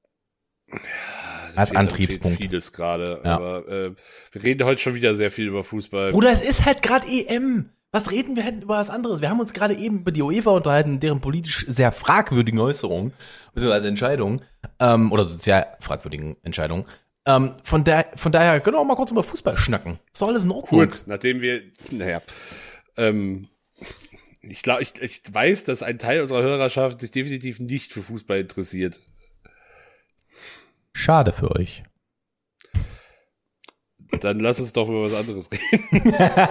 Speaker 2: Als
Speaker 3: Fehlt-
Speaker 2: Antriebspunkt.
Speaker 3: fehlt vieles gerade,
Speaker 2: Ja.
Speaker 3: aber äh, wir reden heute schon wieder sehr viel über Fußball.
Speaker 2: Bruder, es ist halt gerade E M. Was reden wir denn über was anderes? Wir haben uns gerade eben über die UEFA unterhalten, deren politisch sehr fragwürdigen Äußerungen, beziehungsweise Entscheidungen, ähm, oder sozial fragwürdigen Entscheidungen. Ähm, von, der, von daher können wir auch mal kurz über Fußball schnacken. Ist doch alles in Ordnung.
Speaker 3: Kurz, nachdem wir, naja, ähm, ich glaube, ich, ich weiß, dass ein Teil unserer Hörerschaft sich definitiv nicht für Fußball interessiert.
Speaker 2: Schade für euch.
Speaker 3: Dann lass uns doch über was anderes reden.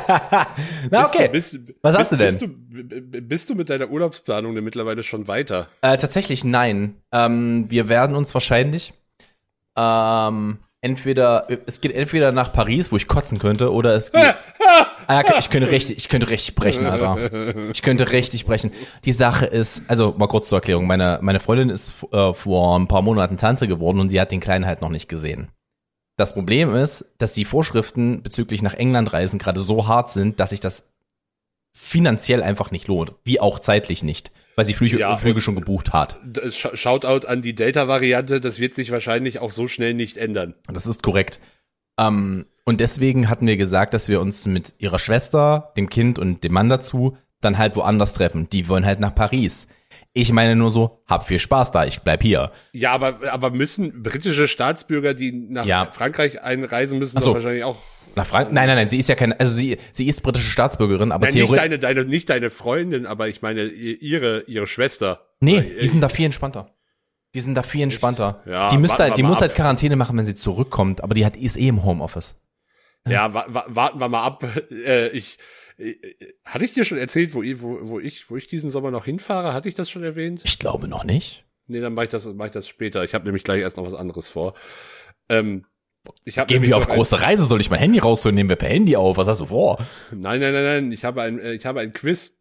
Speaker 2: Na okay,
Speaker 3: Bist, bist,
Speaker 2: was hast du denn?
Speaker 3: Bist du, b- bist du mit deiner Urlaubsplanung denn mittlerweile schon weiter?
Speaker 2: Äh, tatsächlich nein. Ähm, wir werden uns wahrscheinlich ähm, entweder, es geht entweder nach Paris, wo ich kotzen könnte, oder es geht, ah, okay, ich könnte richtig, ich könnte richtig brechen, Alter. Ich könnte richtig brechen. Die Sache ist, also mal kurz zur Erklärung, meine, meine Freundin ist äh, vor ein paar Monaten Tante geworden und sie hat den Kleinen halt noch nicht gesehen. Das Problem ist, dass die Vorschriften bezüglich nach England reisen gerade so hart sind, dass sich das finanziell einfach nicht lohnt. Wie auch zeitlich nicht. Weil sie Flüge,
Speaker 3: Ja,
Speaker 2: Flüge schon gebucht hat.
Speaker 3: Sh- Shoutout an die Delta-Variante, das wird sich wahrscheinlich auch so schnell nicht ändern.
Speaker 2: Das ist korrekt. Ähm, und deswegen hatten wir gesagt, dass wir uns mit ihrer Schwester, dem Kind und dem Mann dazu dann halt woanders treffen. Die wollen halt nach Paris. Ich meine nur so, hab viel Spaß da, ich bleib hier.
Speaker 3: Ja, aber, aber müssen britische Staatsbürger, die nach
Speaker 2: Ja.
Speaker 3: Frankreich einreisen müssen,
Speaker 2: Ach so.
Speaker 3: doch wahrscheinlich auch.
Speaker 2: Nach Frank Nein, nein, nein, sie ist ja keine, also sie, sie ist britische Staatsbürgerin, aber
Speaker 3: Nein, nicht
Speaker 2: theoretisch.
Speaker 3: deine, deine, nicht deine Freundin, aber ich meine ihre, ihre Schwester.
Speaker 2: Nee,
Speaker 3: Äh,
Speaker 2: die sind da viel entspannter. Die sind da viel entspannter.
Speaker 3: Ja,
Speaker 2: die müsste
Speaker 3: warten
Speaker 2: halt, die
Speaker 3: wir mal
Speaker 2: muss
Speaker 3: ab.
Speaker 2: halt Quarantäne machen, wenn sie zurückkommt, aber die hat, ist eh im Homeoffice.
Speaker 3: Ja, wa wa warten wir mal ab. Äh, ich, äh, hatte ich dir schon erzählt, wo, ich- wo, wo ich, wo ich diesen Sommer noch hinfahre? Hatte ich das schon erwähnt?
Speaker 2: Ich glaube noch nicht.
Speaker 3: Nee, dann mache ich das, mache ich das später. Ich habe nämlich gleich erst noch was anderes vor. Ähm, ich hab
Speaker 2: Gehen
Speaker 3: nämlich
Speaker 2: wir auf
Speaker 3: noch ein-
Speaker 2: große Reise, soll ich mein Handy rausholen, nehmen wir per Handy auf, was hast du vor?
Speaker 3: Nein, nein, nein, nein. Ich habe ein, äh, ich habe ein Quiz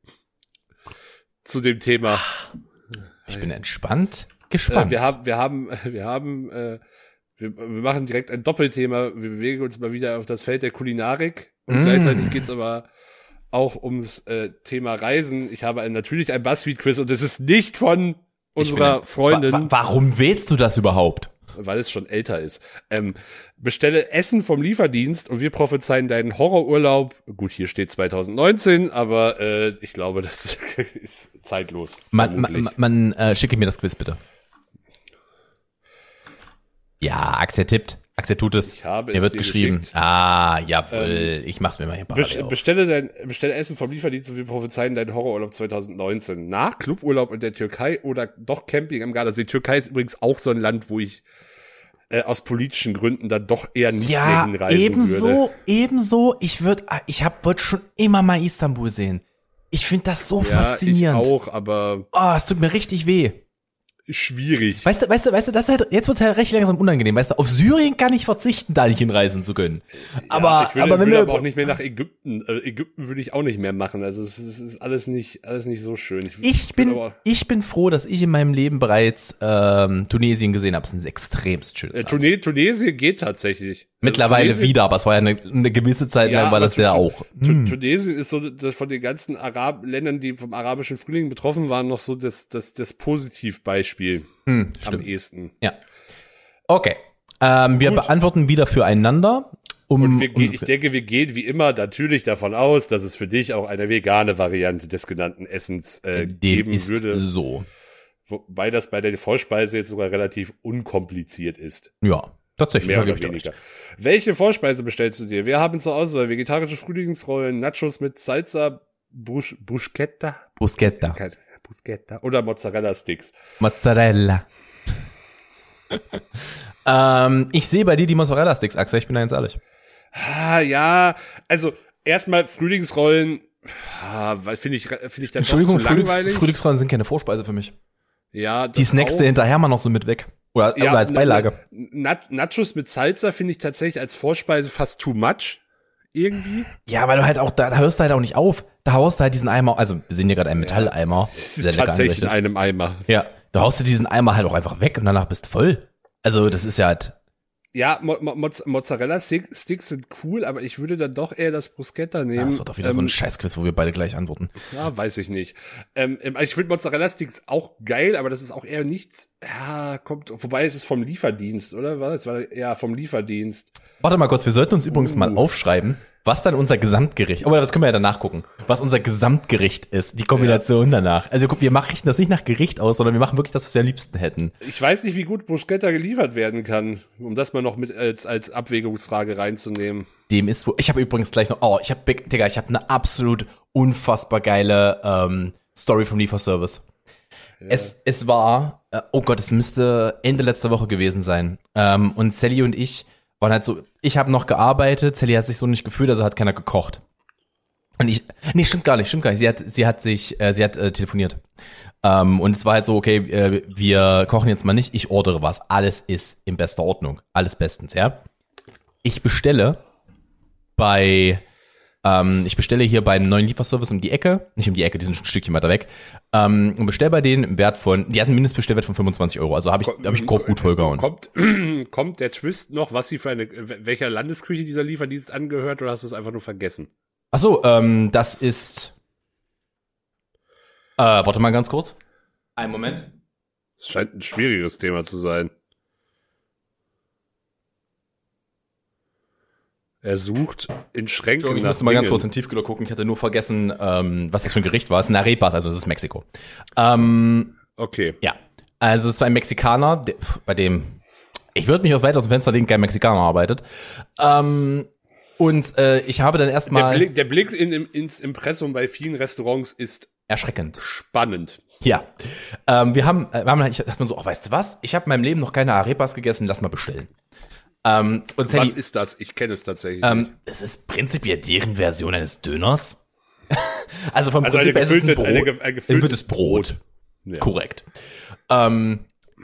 Speaker 3: zu dem Thema.
Speaker 2: Ich bin entspannt,
Speaker 3: Äh,
Speaker 2: gespannt.
Speaker 3: wir haben, wir haben, wir haben, äh, wir, wir machen direkt ein Doppelthema. Wir bewegen uns mal wieder auf das Feld der Kulinarik und
Speaker 2: Mm.
Speaker 3: gleichzeitig geht's aber auch ums äh, Thema Reisen. Ich habe ein, natürlich ein Buzzfeed-Quiz und es ist nicht von
Speaker 2: Ich
Speaker 3: unserer
Speaker 2: bin-
Speaker 3: Freundin,
Speaker 2: Wa wa warum wählst du das überhaupt?
Speaker 3: weil es schon älter ist. Ähm, bestelle Essen vom Lieferdienst und wir prophezeien deinen Horrorurlaub. Gut, hier steht zwanzig neunzehn, aber äh, ich glaube, das ist zeitlos.
Speaker 2: Man,
Speaker 3: vermutlich.
Speaker 2: man, man äh, schicke mir das Quiz bitte. Ja, Axel tippt. Axel tut es.
Speaker 3: Ich habe
Speaker 2: Mir
Speaker 3: es
Speaker 2: wird
Speaker 3: dir
Speaker 2: geschrieben.
Speaker 3: geschickt.
Speaker 2: Ah, jawohl. ich mach's mir mal hier
Speaker 3: Best-
Speaker 2: parallel auf.
Speaker 3: Bestelle dein, bestelle Essen vom Lieferdienst und wir prophezeien deinen Horrorurlaub zwanzig neunzehn. Nach Cluburlaub in der Türkei oder doch Camping am Gardasee. Türkei ist übrigens auch so ein Land, wo ich äh, aus politischen Gründen dann doch eher nicht mehr
Speaker 2: Ja,
Speaker 3: hinreisen
Speaker 2: ebenso,
Speaker 3: würde.
Speaker 2: ebenso. Ich würde, ich hab wollte schon immer mal Istanbul sehen. Ich finde das so
Speaker 3: Ja,
Speaker 2: faszinierend.
Speaker 3: ich auch, aber
Speaker 2: Oh, es tut mir richtig weh.
Speaker 3: schwierig.
Speaker 2: Weißt du, weißt du, weißt du, das ist halt, jetzt wird's halt recht langsam unangenehm. Weißt du, auf Syrien kann ich verzichten, da nicht hinreisen zu können. Aber,
Speaker 3: ja, ich würde,
Speaker 2: aber wenn
Speaker 3: würde
Speaker 2: wir,
Speaker 3: aber auch nicht mehr nach Ägypten. Äh, Ägypten würde ich auch nicht mehr machen. Also es ist, es ist alles nicht, alles nicht so schön.
Speaker 2: ich
Speaker 3: würde
Speaker 2: bin,
Speaker 3: aber,
Speaker 2: ich bin froh, dass ich in meinem Leben bereits ähm, Tunesien gesehen habe. Es ist ein extremst schönes
Speaker 3: äh,
Speaker 2: Land.
Speaker 3: Tune, Tunesien geht tatsächlich.
Speaker 2: Mittlerweile
Speaker 3: also Tunesien,
Speaker 2: wieder, aber es war ja eine, eine gewisse Zeit
Speaker 3: Ja,
Speaker 2: lang, war
Speaker 3: aber
Speaker 2: das
Speaker 3: Tu-
Speaker 2: ja
Speaker 3: Tu-
Speaker 2: auch.
Speaker 3: Tu-
Speaker 2: Hm.
Speaker 3: Tunesien ist so das von den ganzen Arab Ländern, die vom arabischen Frühling betroffen waren, noch so das, das, das Positivbeispiel
Speaker 2: Hm,
Speaker 3: am
Speaker 2: stimmt.
Speaker 3: ehesten.
Speaker 2: Ja. Okay. Ähm, wir
Speaker 3: Gut.
Speaker 2: beantworten wieder füreinander. Um,
Speaker 3: Und wir,
Speaker 2: um
Speaker 3: ge-
Speaker 2: das-
Speaker 3: ich denke, wir gehen wie immer natürlich davon aus, dass es für dich auch eine vegane Variante des genannten Essens äh,
Speaker 2: dem
Speaker 3: geben
Speaker 2: ist
Speaker 3: würde.
Speaker 2: so.
Speaker 3: Wobei das bei der Vorspeise jetzt sogar relativ unkompliziert ist.
Speaker 2: Ja, tatsächlich.
Speaker 3: Mehr
Speaker 2: da
Speaker 3: oder
Speaker 2: geb ich dir
Speaker 3: weniger.
Speaker 2: recht.
Speaker 3: Welche Vorspeise bestellst du dir? Wir haben zur Auswahl vegetarische Frühlingsrollen, Nachos mit Salsa, Brusch, Bruschetta,
Speaker 2: Bruschetta.
Speaker 3: Kein- Bruschetta oder Mozzarella-Sticks.
Speaker 2: Mozzarella. ähm, ich sehe bei dir die Mozzarella-Sticks, Axel, ich bin da ganz ehrlich.
Speaker 3: Ah, ja, also erstmal Frühlingsrollen, ah, finde ich, finde ich dann
Speaker 2: Entschuldigung,
Speaker 3: doch zu
Speaker 2: Frühlings,
Speaker 3: langweilig.
Speaker 2: Frühlingsrollen sind keine Vorspeise für mich.
Speaker 3: Ja,
Speaker 2: Die Snacks
Speaker 3: auch.
Speaker 2: du hinterher mal noch so mit weg. Oder,
Speaker 3: Ja,
Speaker 2: oder als Beilage.
Speaker 3: Na, Nachos mit Salsa finde ich tatsächlich als Vorspeise fast too much. Irgendwie.
Speaker 2: Ja, weil du halt auch, da, da hörst du halt auch nicht auf. Da haust du halt diesen Eimer, also wir sehen hier gerade einen Metalleimer.
Speaker 3: Es ist tatsächlich in einem Eimer.
Speaker 2: Ja, da haust du diesen Eimer halt auch einfach weg und danach bist du voll. Also das ist ja halt.
Speaker 3: Ja, Mo Mo Mozzarella-Sticks sind cool, aber ich würde dann doch eher das Bruschetta nehmen.
Speaker 2: Ja, das wird doch wieder
Speaker 3: ähm,
Speaker 2: so ein Scheißquiz, wo wir beide gleich antworten.
Speaker 3: Ja, weiß ich nicht. Ähm, also ich finde Mozzarella-Sticks auch geil, aber das ist auch eher nichts, ja, kommt, wobei es ist vom Lieferdienst, oder? Was? Es war, ja, vom Lieferdienst.
Speaker 2: Warte mal kurz, wir sollten uns übrigens
Speaker 3: Uh.
Speaker 2: mal aufschreiben, was dann unser Gesamtgericht, aber das können wir ja danach gucken, was unser Gesamtgericht ist, die Kombination ja. danach. Also guck, wir machen das nicht nach Gericht aus, sondern wir machen wirklich das, was wir am liebsten hätten.
Speaker 3: Ich weiß nicht, wie gut Bruschetta geliefert werden kann, um das mal noch mit als, als Abwägungsfrage reinzunehmen.
Speaker 2: Dem ist wo. Ich habe übrigens gleich noch, oh, ich habe, Digga, ich habe eine absolut unfassbar geile ähm, Story vom Lieferservice. Ja. Es, es war, äh, oh Gott, es müsste Ende letzter Woche gewesen sein. Ähm, und Sally und ich waren halt so, ich habe noch gearbeitet, Sally hat sich so nicht gefühlt, also hat keiner gekocht. Und ich, nee, stimmt gar nicht, stimmt gar nicht. Sie hat, sie hat sich, äh, sie hat äh, telefoniert. Ähm, und es war halt so, okay, äh, wir kochen jetzt mal nicht, ich ordere was. Alles ist in bester Ordnung, alles bestens, ja. Ich bestelle bei, ähm, ich bestelle hier beim neuen Lieferservice um die Ecke, nicht um die Ecke, die sind schon ein Stückchen weiter weg, ähm, und bestelle bei denen im Wert von, die hatten einen Mindestbestellwert von fünfundzwanzig Euro, also habe ich, hab ich grob gut vollgehauen.
Speaker 3: Kommt, kommt der Twist noch, was sie für eine, welcher Landesküche dieser Lieferdienst angehört, oder hast du es einfach nur vergessen?
Speaker 2: Ach so, ähm, das ist, äh, warte mal ganz kurz. Einen Moment.
Speaker 3: Es scheint ein schwieriges Thema zu sein. Er sucht in Schränken
Speaker 2: Ich
Speaker 3: nach
Speaker 2: musste mal ganz
Speaker 3: Dingen.
Speaker 2: kurz in den Tiefkühler gucken. Ich hatte nur vergessen, ähm, was das für ein Gericht war. Es sind Arepas, also es ist Mexiko. Ähm,
Speaker 3: Okay.
Speaker 2: ja, also es war ein Mexikaner, der, bei dem, ich würde mich aus weit aus dem Fenster legen, kein Mexikaner arbeitet. Ähm, und äh, ich habe dann
Speaker 3: Der
Speaker 2: erstmal
Speaker 3: Blick, der Blick in, in, ins Impressum bei vielen Restaurants ist
Speaker 2: erschreckend.
Speaker 3: spannend.
Speaker 2: Ja, ähm, wir haben, äh, wir haben, ich dachte mir so, oh, weißt du was? Ich habe in meinem Leben noch keine Arepas gegessen, lass mal bestellen. Ähm, und Sally,
Speaker 3: Was ist das? Ich kenne es tatsächlich.
Speaker 2: Ähm,
Speaker 3: nicht.
Speaker 2: es ist prinzipiell deren Version eines Döners. also vom
Speaker 3: Also eine
Speaker 2: Prinzip her ist es
Speaker 3: gefüllte,
Speaker 2: ein
Speaker 3: eine,
Speaker 2: Brot.
Speaker 3: ge- ein
Speaker 2: Ein
Speaker 3: gefülltes
Speaker 2: gefülltes Brot.
Speaker 3: Ja.
Speaker 2: Korrekt. Ähm,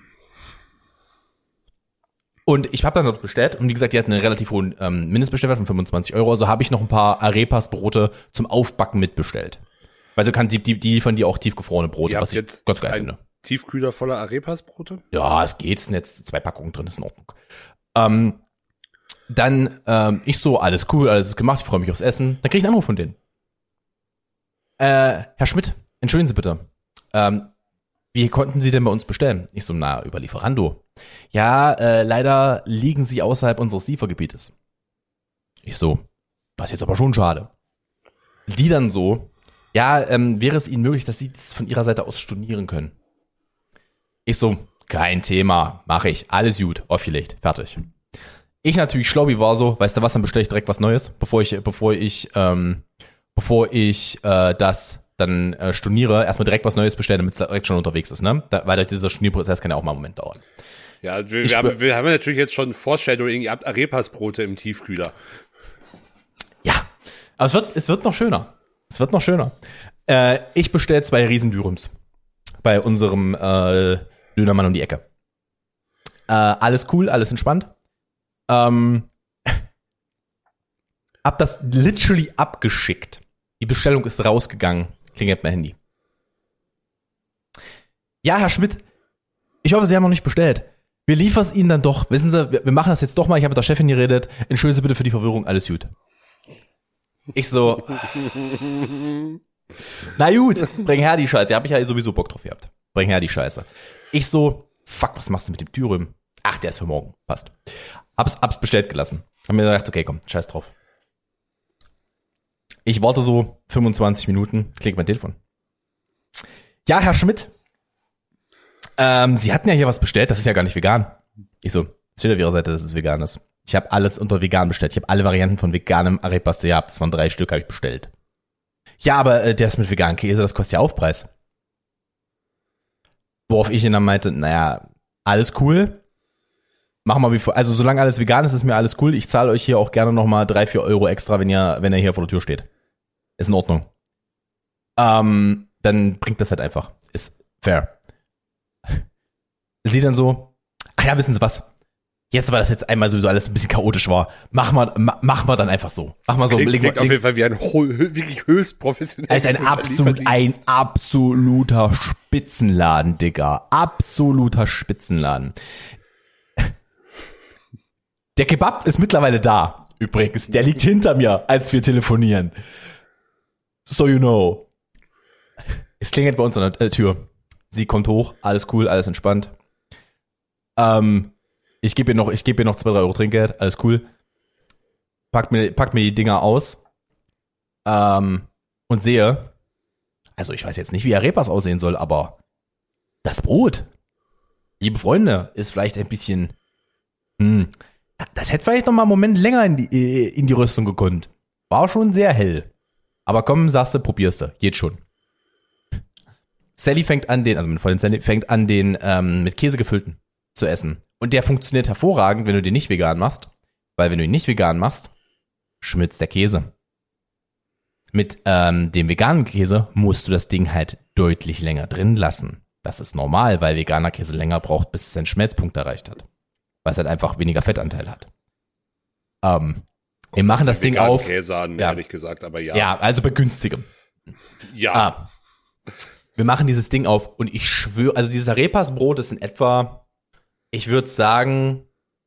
Speaker 2: und ich habe dann dort bestellt und wie gesagt, die hatten einen relativ hohen ähm, Mindestbestellwert von fünfundzwanzig Euro. Also habe ich noch ein paar Arepas-Brote zum Aufbacken mitbestellt. Weil so kann die, die, die von dir auch tiefgefrorene Brote,
Speaker 3: Ihr
Speaker 2: was
Speaker 3: habt
Speaker 2: ich
Speaker 3: jetzt
Speaker 2: ganz geil
Speaker 3: ein
Speaker 2: finde.
Speaker 3: Tiefkühler voller Arepas-Brote?
Speaker 2: Ja, es geht. Es sind jetzt zwei Packungen drin, ist in Ordnung. Ähm, dann, ähm, ich so, alles cool, alles ist gemacht, ich freue mich aufs Essen. Dann kriege ich einen Anruf von denen. Äh, Herr Schmidt, entschuldigen Sie bitte. Ähm, wie konnten Sie denn bei uns bestellen? Ich so, na, über Lieferando. Ja, äh, leider liegen Sie außerhalb unseres Liefergebietes. Ich so, das ist jetzt aber schon schade. Die dann so, ja, ähm, wäre es Ihnen möglich, dass Sie das von Ihrer Seite aus stornieren können? Ich so, kein Thema, mache ich, alles gut, aufgelegt, fertig. Ich natürlich schlau wie war so, weißt du was, dann bestelle ich direkt was Neues, bevor ich, bevor ich, ähm, bevor ich äh, das dann äh, storniere, erstmal direkt was Neues bestellen, damit es direkt schon unterwegs ist, ne? Da, weil dieser Stornierprozess kann ja auch mal einen Moment dauern.
Speaker 3: Ja, wir,
Speaker 2: Ich
Speaker 3: wir, haben,
Speaker 2: schwör-
Speaker 3: wir haben natürlich jetzt schon Foreshadowing, ihr habt Arepas-Brote im Tiefkühler.
Speaker 2: Ja, aber es wird, es wird noch schöner. Es wird noch schöner. Äh, ich bestelle zwei Riesendürums bei unserem äh, Dönermann um die Ecke. Äh, alles cool, alles entspannt. Ähm, hab das literally abgeschickt. Die Bestellung ist rausgegangen. Klingelt mein Handy. Ja, Herr Schmidt, ich hoffe, Sie haben noch nicht bestellt. Wir liefern es Ihnen dann doch. Wissen Sie, wir, wir machen das jetzt doch mal. Ich habe mit der Chefin geredet. Entschuldigen Sie bitte für die Verwirrung. Alles gut. Ich so, na gut, bring her die Scheiße. Hab ich ja sowieso Bock drauf gehabt. Bring her die Scheiße. Ich so, fuck, was machst du mit dem Dürüm? Ach, der ist für morgen. Passt. Hab's, hab's bestellt gelassen. Hab mir gedacht, okay, komm, scheiß drauf. Ich warte so fünfundzwanzig Minuten, klingt mein Telefon. Ja, Herr Schmidt, ähm, Sie hatten ja hier was bestellt, das ist ja gar nicht vegan. Ich so, steht auf Ihrer Seite, dass es vegan ist. Ich habe alles unter vegan bestellt. Ich habe alle Varianten von veganem Arepas gehabt. Das waren drei Stück, habe ich bestellt. Ja, aber äh, der ist mit veganem Käse, das kostet ja Aufpreis. Worauf ich ihn dann meinte, naja, alles cool. machen wir wie vor. Also solange alles vegan ist, ist mir alles cool. Ich zahle euch hier auch gerne nochmal drei, vier Euro extra, wenn ihr, wenn ihr hier vor der Tür steht. Ist in Ordnung. Ähm, dann bringt das halt einfach. Ist fair. Sie dann so, ach ja, wissen Sie was? Jetzt, weil das jetzt einmal sowieso alles ein bisschen chaotisch war, mach mal, ma, mach mal dann einfach so. Mach mal so.
Speaker 3: Klingt,
Speaker 2: leg,
Speaker 3: klingt
Speaker 2: leg,
Speaker 3: auf jeden Fall wie ein ho- wirklich höchst professioneller
Speaker 2: Es ist ein absolut, ein absoluter Spitzenladen, Digga. Absoluter Spitzenladen. Der Kebab ist mittlerweile da, übrigens. Der liegt hinter mir, als wir telefonieren. So you know. Es klingelt bei uns an der Tür. Sie kommt hoch, alles cool, alles entspannt. Ähm, ich gebe ihr noch, ich gebe ihr noch zwei, drei Euro Trinkgeld, alles cool. Packt mir, packt mir die Dinger aus. Ähm, und sehe, also ich weiß jetzt nicht, wie Arepas aussehen soll, aber das Brot, liebe Freunde, ist vielleicht ein bisschen, hm, das hätte vielleicht noch mal einen Moment länger in die, in die Röstung gekonnt. War schon sehr hell. Aber komm, sagst du, probierst du, geht schon. Sally fängt an, den, also meine Freundin Sally fängt an, den ähm, mit Käse gefüllten zu essen. Und der funktioniert hervorragend, wenn du den nicht vegan machst. Weil wenn du ihn nicht vegan machst, schmilzt der Käse. Mit ähm, dem veganen Käse musst du das Ding halt deutlich länger drin lassen. Das ist normal, weil veganer Käse länger braucht, bis es seinen Schmelzpunkt erreicht hat. Weil es halt einfach weniger Fettanteil hat. Ähm, wir machen das Ding auf.
Speaker 3: Käse an,
Speaker 2: ja.
Speaker 3: ehrlich gesagt, aber ja.
Speaker 2: Ja, also bei günstigem.
Speaker 3: Ja.
Speaker 2: Ah. Wir machen dieses Ding auf und ich schwöre, also dieses Arepas-Brot ist in etwa, ich würde sagen,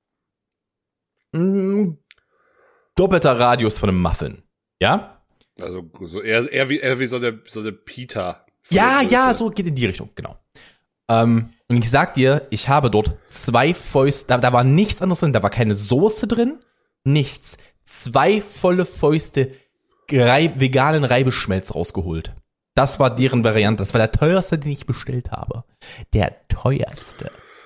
Speaker 2: mh, doppelter Radius von einem Muffin. Ja?
Speaker 3: Also so eher, eher, wie, eher wie so eine, so eine Pita.
Speaker 2: Ja, ja, so geht in die Richtung, genau. Ähm, und ich sag dir, ich habe dort zwei Fäuste, da, da war nichts anderes drin, da war keine Soße drin, nichts. Zwei volle Fäuste Rei- veganen Reibeschmelz rausgeholt. Das war deren Variante. Das war der teuerste, den ich bestellt habe. Der teuerste.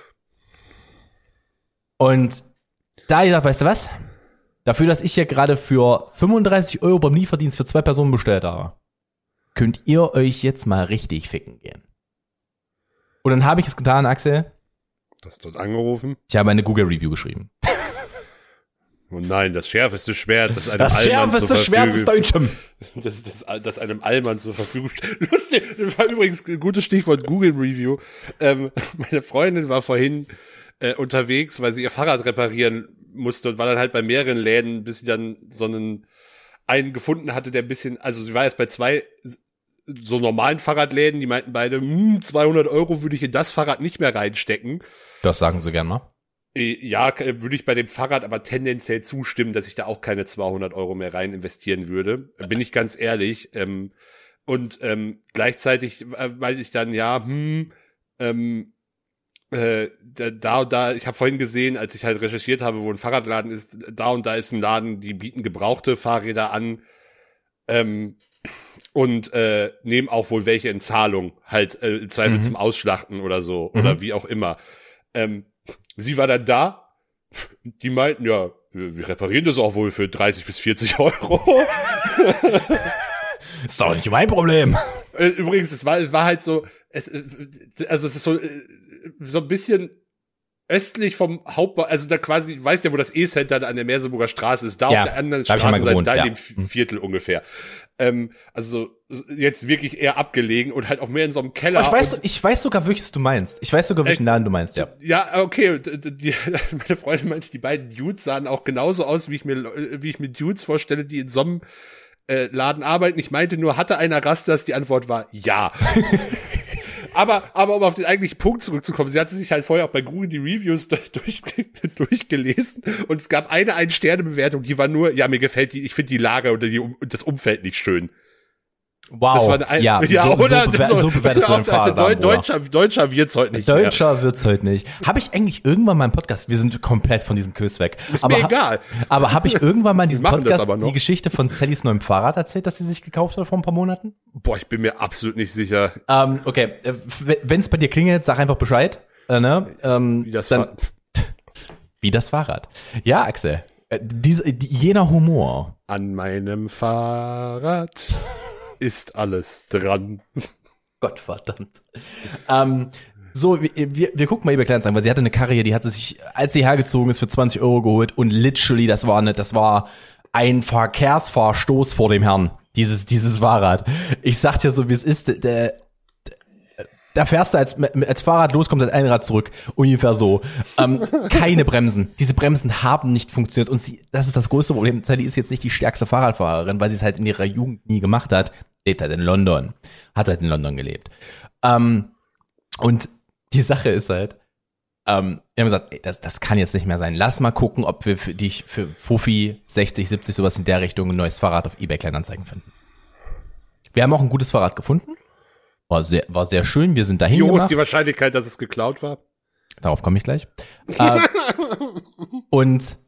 Speaker 2: Und da ich sag, weißt du was? Dafür, dass ich ja gerade für fünfunddreißig Euro beim Lieferdienst für zwei Personen bestellt habe, könnt ihr euch jetzt mal richtig ficken gehen. Und dann habe ich es getan, Axel.
Speaker 3: Du hast dort angerufen?
Speaker 2: Ich habe eine Google-Review geschrieben.
Speaker 3: Oh nein, das schärfste Schwert, das einem
Speaker 2: das
Speaker 3: Allmann
Speaker 2: schärfste
Speaker 3: zur
Speaker 2: Schwert des Deutschen.
Speaker 3: Das, das, das einem Allmann zur Verfügung steht. Lustig, das war übrigens ein gutes Stichwort Google Review. Ähm, meine Freundin war vorhin äh, unterwegs, weil sie ihr Fahrrad reparieren musste und war dann halt bei mehreren Läden, bis sie dann so einen, einen gefunden hatte, der ein bisschen, also sie war erst bei zwei so normalen Fahrradläden, die meinten beide, hm, zweihundert Euro würde ich in das Fahrrad nicht mehr reinstecken.
Speaker 2: Das sagen sie gern mal.
Speaker 3: Ja, würde ich bei dem Fahrrad aber tendenziell zustimmen, dass ich da auch keine zweihundert Euro mehr rein investieren würde. Bin ich ganz ehrlich. Ähm, und ähm, gleichzeitig äh, meinte ich dann, ja, hm, ähm, äh, da und da, ich habe vorhin gesehen, als ich halt recherchiert habe, wo ein Fahrradladen ist, da und da ist ein Laden, die bieten gebrauchte Fahrräder an ähm, und äh, nehmen auch wohl welche in Zahlung, halt äh, im Zweifel mhm. zum Ausschlachten oder so, mhm. oder wie auch immer. Ähm, Sie war dann da, die meinten, ja, wir, wir reparieren das auch wohl für dreißig bis vierzig Euro.
Speaker 2: Ist doch nicht mein Problem.
Speaker 3: Übrigens, es war, es war halt so, es, also es ist so, so ein bisschen östlich vom Hauptbau, also da quasi, weißt ja, wo das E-Center an der Merseburger Straße ist, da ja, auf der anderen Straßenseite, da in ja. dem Viertel ungefähr. Ähm, also so, jetzt wirklich eher abgelegen und halt auch mehr in so einem Keller.
Speaker 2: Aber ich weiß, ich weiß sogar, welches du meinst. Ich weiß sogar, welchen äh, Laden du meinst, ja.
Speaker 3: Ja, okay. Die, die, meine Freundin meinte, die beiden Dudes sahen auch genauso aus, wie ich mir, wie ich mir Dudes vorstelle, die in so einem äh, Laden arbeiten. Ich meinte nur, hatte einer Rastas? Die Antwort war ja. Aber, aber um auf den eigentlichen Punkt zurückzukommen, sie hatte sich halt vorher auch bei Google die Reviews durch, durchgelesen und es gab eine Ein-Sterne-Bewertung, die war nur, ja, mir gefällt die, ich finde die Lage oder die, das Umfeld nicht schön.
Speaker 2: Wow,
Speaker 3: das war eine,
Speaker 2: ja,
Speaker 3: ja,
Speaker 2: so,
Speaker 3: oder?
Speaker 2: So, bewer- so bewertest du deinen Fahrrad,
Speaker 3: Deu- Deutscher, Deutscher wird's heute nicht
Speaker 2: Deutscher
Speaker 3: mehr.
Speaker 2: wird's heute nicht. Habe ich eigentlich irgendwann mal im Podcast, wir sind komplett von diesem Quiz weg.
Speaker 3: Ist
Speaker 2: aber,
Speaker 3: mir egal.
Speaker 2: Aber habe ich irgendwann mal in diesem Podcast
Speaker 3: die
Speaker 2: Geschichte von Sallys neuem Fahrrad erzählt, das sie sich gekauft hat vor ein paar Monaten?
Speaker 3: Boah, ich bin mir absolut nicht sicher.
Speaker 2: Ähm, okay, wenn es bei dir klingelt, sag einfach Bescheid. Äh, ne? ähm,
Speaker 3: wie, das
Speaker 2: dann, wie das Fahrrad. Ja, Axel, äh, diese, die, jener Humor.
Speaker 3: An meinem Fahrrad ist alles dran.
Speaker 2: Gottverdammt. ähm, So, wir, wir, wir gucken mal eBay Kleinanzeigen, weil sie hatte eine Karre hier, die hat sie sich, als sie hergezogen ist, für zwanzig Euro geholt und literally, das war eine, das war ein Verkehrsverstoß vor dem Herrn, dieses, dieses Fahrrad. Ich sag dir so, wie es ist, der, da fährst du als, als Fahrrad los, kommst als Einrad zurück. Ungefähr so. Ähm, keine Bremsen. Diese Bremsen haben nicht funktioniert. Und sie, das ist das größte Problem. Sally ist jetzt nicht die stärkste Fahrradfahrerin, weil sie es halt in ihrer Jugend nie gemacht hat. Lebt halt in London. Hat halt in London gelebt. Ähm, und die Sache ist halt, ähm, wir haben gesagt, ey, das, das kann jetzt nicht mehr sein. Lass mal gucken, ob wir für dich, für Fuffi, sechzig, siebzig, sowas in der Richtung, ein neues Fahrrad auf eBay Kleinanzeigen finden. Wir haben auch ein gutes Fahrrad gefunden. War sehr, war sehr schön, wir sind dahin
Speaker 3: Wie hoch ist
Speaker 2: gemacht.
Speaker 3: die Wahrscheinlichkeit, dass es geklaut war?
Speaker 2: Darauf komme ich gleich. äh, und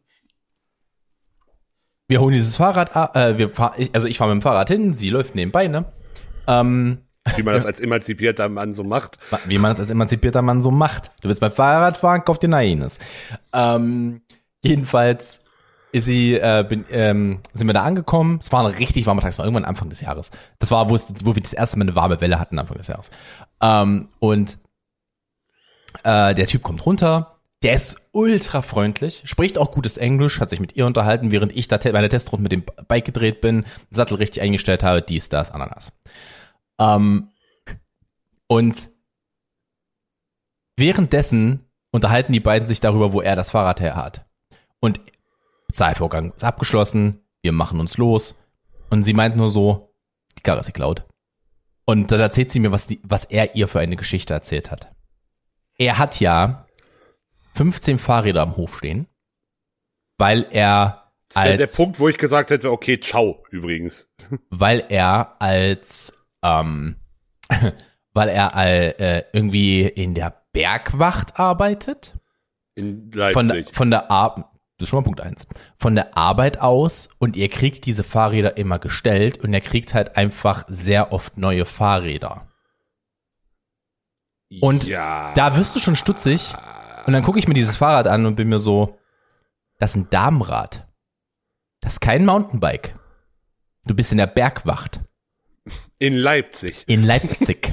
Speaker 2: wir holen dieses Fahrrad, äh, wir fahr, ich, also ich fahre mit dem Fahrrad hin, sie läuft nebenbei, ne? Ähm,
Speaker 3: Wie man das als emanzipierter Mann so macht.
Speaker 2: Wie man das als emanzipierter Mann so macht. Du willst beim Fahrrad fahren, kauf dir Naines. Ähm, jedenfalls ist sie, äh, bin, ähm, sind wir da angekommen. Es war ein richtig warmer Tag, es war irgendwann Anfang des Jahres. Das war, wo, es, wo wir das erste Mal eine warme Welle hatten, Anfang des Jahres. Ähm, und äh, der Typ kommt runter, der ist ultra freundlich, spricht auch gutes Englisch, hat sich mit ihr unterhalten, während ich da te- meine Testrunde mit dem Bike gedreht bin, Sattel richtig eingestellt habe, dies, das, Ananas. Ähm, und währenddessen unterhalten die beiden sich darüber, wo er das Fahrrad her hat. Und Bezahlvorgang ist abgeschlossen, wir machen uns los. Und sie meint nur so, die Karre ist geklaut. Und dann erzählt sie mir, was, die, was er ihr für eine Geschichte erzählt hat. Er hat ja fünfzehn Fahrräder am Hof stehen, weil er
Speaker 3: Das wäre
Speaker 2: als,
Speaker 3: der Punkt, wo ich gesagt hätte, okay, ciao, übrigens.
Speaker 2: weil er als, ähm, weil er äh, irgendwie in der Bergwacht arbeitet.
Speaker 3: In
Speaker 2: Von,
Speaker 3: Leipzig.
Speaker 2: von der Arbeit, das ist schon mal Punkt eins, von der Arbeit aus und ihr kriegt diese Fahrräder immer gestellt und er kriegt halt einfach sehr oft neue Fahrräder. Und
Speaker 3: ja.
Speaker 2: da wirst du schon stutzig und dann gucke ich mir dieses Fahrrad an und bin mir so, das ist ein Damenrad. Das ist kein Mountainbike. Du bist in der Bergwacht.
Speaker 3: In Leipzig.
Speaker 2: In Leipzig.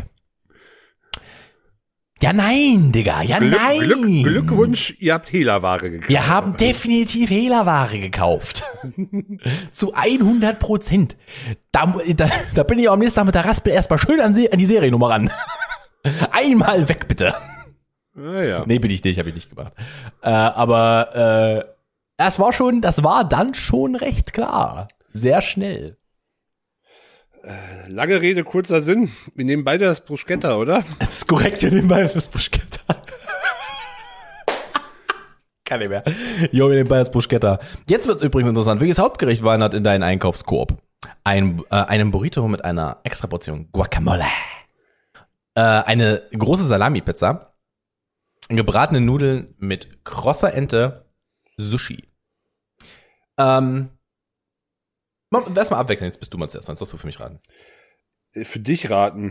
Speaker 2: Ja, nein, Digga, ja,
Speaker 3: Glück,
Speaker 2: nein.
Speaker 3: Glück, Glückwunsch, ihr habt Hehlerware gekauft.
Speaker 2: Wir haben definitiv Hehlerware gekauft. Zu hundert Prozent. Da, da, da bin ich auch am nächsten Tag mit der Raspel erstmal schön an, an die Seriennummer ran. Einmal weg, bitte.
Speaker 3: Ah, ja.
Speaker 2: Nee, bin ich nicht, habe ich nicht gemacht. Äh, aber äh, das war schon, das war dann schon recht klar. Sehr schnell.
Speaker 3: Lange Rede, kurzer Sinn. Wir nehmen beide das Bruschetta, oder?
Speaker 2: Es ist korrekt, wir nehmen beide das Bruschetta. Kann nicht mehr. Jo, wir nehmen beide das Bruschetta. Jetzt wird's übrigens interessant. Welches Hauptgericht wandert in deinen Einkaufskorb? Ein, äh, einen Burrito mit einer extra Portion Guacamole. Äh, eine große Salami-Pizza. Gebratene Nudeln mit krosser Ente. Sushi. Ähm, lass mal abwechseln, jetzt bist du mal zuerst, sonst darfst du für mich raten.
Speaker 3: Für dich raten.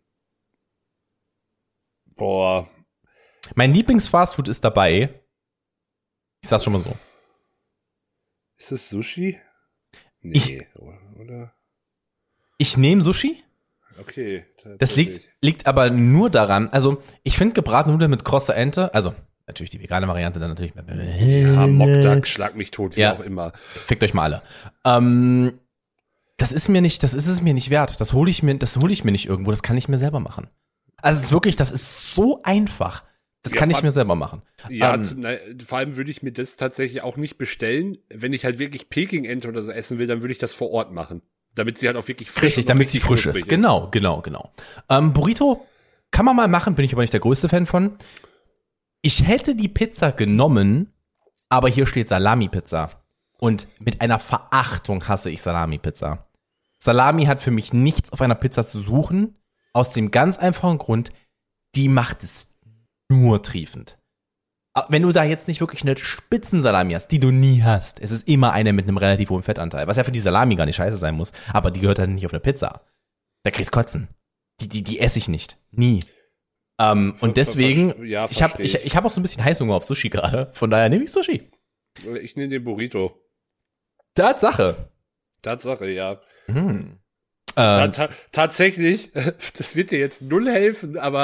Speaker 3: Boah.
Speaker 2: Mein Lieblingsfastfood ist dabei. Ich sag's schon mal so.
Speaker 3: Ist das Sushi? Nee,
Speaker 2: Ich-
Speaker 3: oder?
Speaker 2: Ich nehme Sushi.
Speaker 3: Okay.
Speaker 2: Das liegt, liegt aber nur daran, also ich finde gebratene Nudeln mit krosser Ente, also natürlich die vegane Variante dann natürlich.
Speaker 3: Ja, Mockduck, schlag mich tot, wie
Speaker 2: Ja.
Speaker 3: auch immer.
Speaker 2: Fickt euch mal alle. Ähm, das ist mir nicht, das ist es mir nicht wert. Das hole ich mir, das hole ich mir nicht irgendwo. Das kann ich mir selber machen. Also es ist wirklich, das ist so einfach. Das
Speaker 3: Ja,
Speaker 2: kann ich
Speaker 3: vor-
Speaker 2: mir selber machen.
Speaker 3: Ja,
Speaker 2: Ähm,
Speaker 3: zum, na, vor allem würde ich mir das tatsächlich auch nicht bestellen. Wenn ich halt wirklich Peking-Ente oder so essen will, dann würde ich das vor Ort machen. Damit sie halt auch wirklich frisch
Speaker 2: Richtig,
Speaker 3: und
Speaker 2: damit
Speaker 3: richtig
Speaker 2: sie frisch
Speaker 3: knusprig
Speaker 2: ist. Genau, genau, genau. Ähm, Burrito kann man mal machen, bin ich aber nicht der größte Fan von. Ich hätte die Pizza genommen, aber hier steht Salami-Pizza. Und mit einer Verachtung hasse ich Salami-Pizza. Salami hat für mich nichts auf einer Pizza zu suchen, aus dem ganz einfachen Grund, die macht es nur triefend. Wenn du da jetzt nicht wirklich eine Spitzensalami hast, die du nie hast, es ist immer eine mit einem relativ hohen Fettanteil, was ja für die Salami gar nicht scheiße sein muss, aber die gehört halt nicht auf eine Pizza. Da kriegst du Kotzen. Die, die, die esse ich nicht. Nie. Ähm,
Speaker 3: Ver-
Speaker 2: und deswegen,
Speaker 3: ver- ja,
Speaker 2: ich habe
Speaker 3: versteh
Speaker 2: ich,
Speaker 3: ich.
Speaker 2: ich hab auch so ein bisschen Heißhunger auf Sushi gerade, von daher nehme ich Sushi.
Speaker 3: Ich nehme den Burrito.
Speaker 2: Tatsache.
Speaker 3: Tatsache, ja.
Speaker 2: Hm.
Speaker 3: Ta
Speaker 2: Ähm,
Speaker 3: ta tatsächlich, das wird dir jetzt null helfen, aber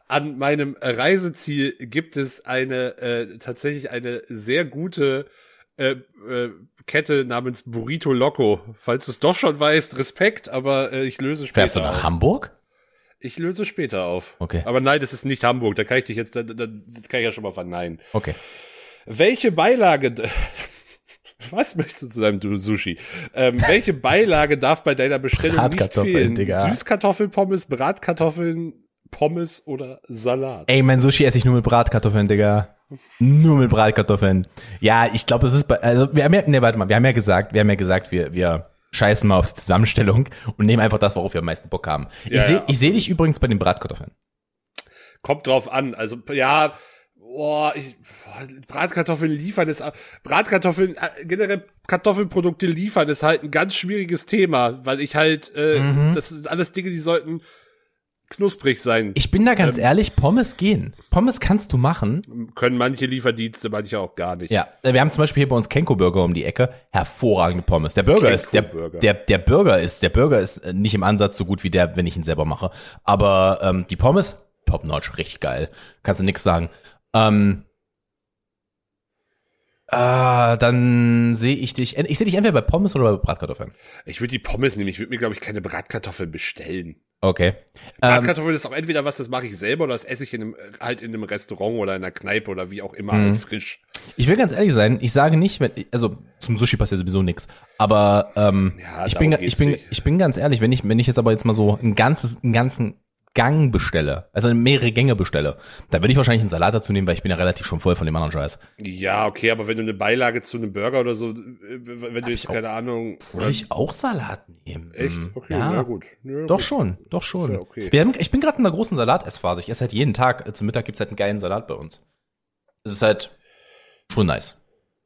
Speaker 3: an meinem Reiseziel gibt es eine, äh, tatsächlich eine sehr gute äh, äh, Kette namens Burrito Loco. Falls du es doch schon weißt, Respekt, aber äh, ich löse später
Speaker 2: Fährst du nach
Speaker 3: auf.
Speaker 2: Hamburg?
Speaker 3: Ich löse später auf.
Speaker 2: Okay.
Speaker 3: Aber nein, das ist nicht Hamburg. Da kann ich dich jetzt, da, da, da kann ich ja schon mal verneinen.
Speaker 2: Okay.
Speaker 3: Welche Beilage, was möchtest du zu deinem Sushi? Ähm, welche Beilage darf bei deiner Bestellung nicht
Speaker 2: Bratkartoffeln,
Speaker 3: fehlen?
Speaker 2: Digga.
Speaker 3: Süßkartoffelpommes, Bratkartoffeln, Pommes oder Salat?
Speaker 2: Ey, mein Sushi esse ich nur mit Bratkartoffeln, Digga. Nur mit Bratkartoffeln. Ja, ich glaube, es ist bei, also wir haben ja, nee, warte mal, wir haben ja gesagt, wir haben ja gesagt, wir, wir scheißen mal auf die Zusammenstellung und nehmen einfach das, worauf wir am meisten Bock haben.
Speaker 3: Ja,
Speaker 2: ich sehe,
Speaker 3: ja,
Speaker 2: ich sehe dich übrigens bei den Bratkartoffeln.
Speaker 3: Kommt drauf an. Also, ja, boah, ich, Bratkartoffeln liefern ist, Bratkartoffeln, äh, generell Kartoffelprodukte liefern ist halt ein ganz schwieriges Thema, weil ich halt, äh,
Speaker 2: Mhm.
Speaker 3: das sind alles Dinge, die sollten knusprig sein.
Speaker 2: Ich bin da ganz
Speaker 3: Ähm,
Speaker 2: ehrlich, Pommes gehen. Pommes kannst du machen.
Speaker 3: Können manche Lieferdienste, manche auch gar nicht.
Speaker 2: Ja, wir haben zum Beispiel hier bei uns Kenko Burger um die Ecke. Hervorragende Pommes. Der Burger ist, der,
Speaker 3: Kenko-Burger.
Speaker 2: der, der Burger ist, der Burger ist äh, nicht im Ansatz so gut wie der, wenn ich ihn selber mache. Aber ähm, die Pommes, top notch, richtig geil. Kannst du nix sagen. Ähm, äh, dann sehe ich dich, ich sehe dich entweder bei Pommes oder bei Bratkartoffeln.
Speaker 3: Ich würde die Pommes nehmen. Ich würde mir, glaube ich, keine Bratkartoffeln bestellen.
Speaker 2: Okay. Ähm,
Speaker 3: Bratkartoffeln ist auch entweder was, das mache ich selber oder das esse ich in einem, halt in einem Restaurant oder in einer Kneipe oder wie auch immer,
Speaker 2: Mhm.
Speaker 3: halt frisch.
Speaker 2: ich will ganz ehrlich sein, ich sage nicht, wenn, also zum Sushi passiert sowieso nix. Aber ähm,
Speaker 3: Ja,
Speaker 2: ich
Speaker 3: darum
Speaker 2: bin,
Speaker 3: geht's
Speaker 2: ich bin,
Speaker 3: nicht.
Speaker 2: ich bin ganz ehrlich, wenn ich, wenn ich jetzt aber jetzt mal so ein ganzes, einen ganzen Gang bestelle, also mehrere Gänge bestelle, dann würde ich wahrscheinlich einen Salat dazu nehmen, weil ich bin ja relativ schon voll von dem anderen Scheiß.
Speaker 3: Ja, okay, aber wenn du eine Beilage zu einem Burger oder so, äh, wenn du jetzt,
Speaker 2: ich auch-
Speaker 3: keine Ahnung.
Speaker 2: Würde ich auch Salat nehmen?
Speaker 3: Echt?
Speaker 2: Hm,
Speaker 3: Okay,
Speaker 2: ja.
Speaker 3: na gut. Ja,
Speaker 2: Doch
Speaker 3: gut.
Speaker 2: schon, doch schon.
Speaker 3: ja okay.
Speaker 2: Wir haben, ich bin gerade in einer großen Salatessphase. Ich esse halt jeden Tag, äh, zum Mittag gibt's halt einen geilen Salat bei uns. Es ist halt schon nice.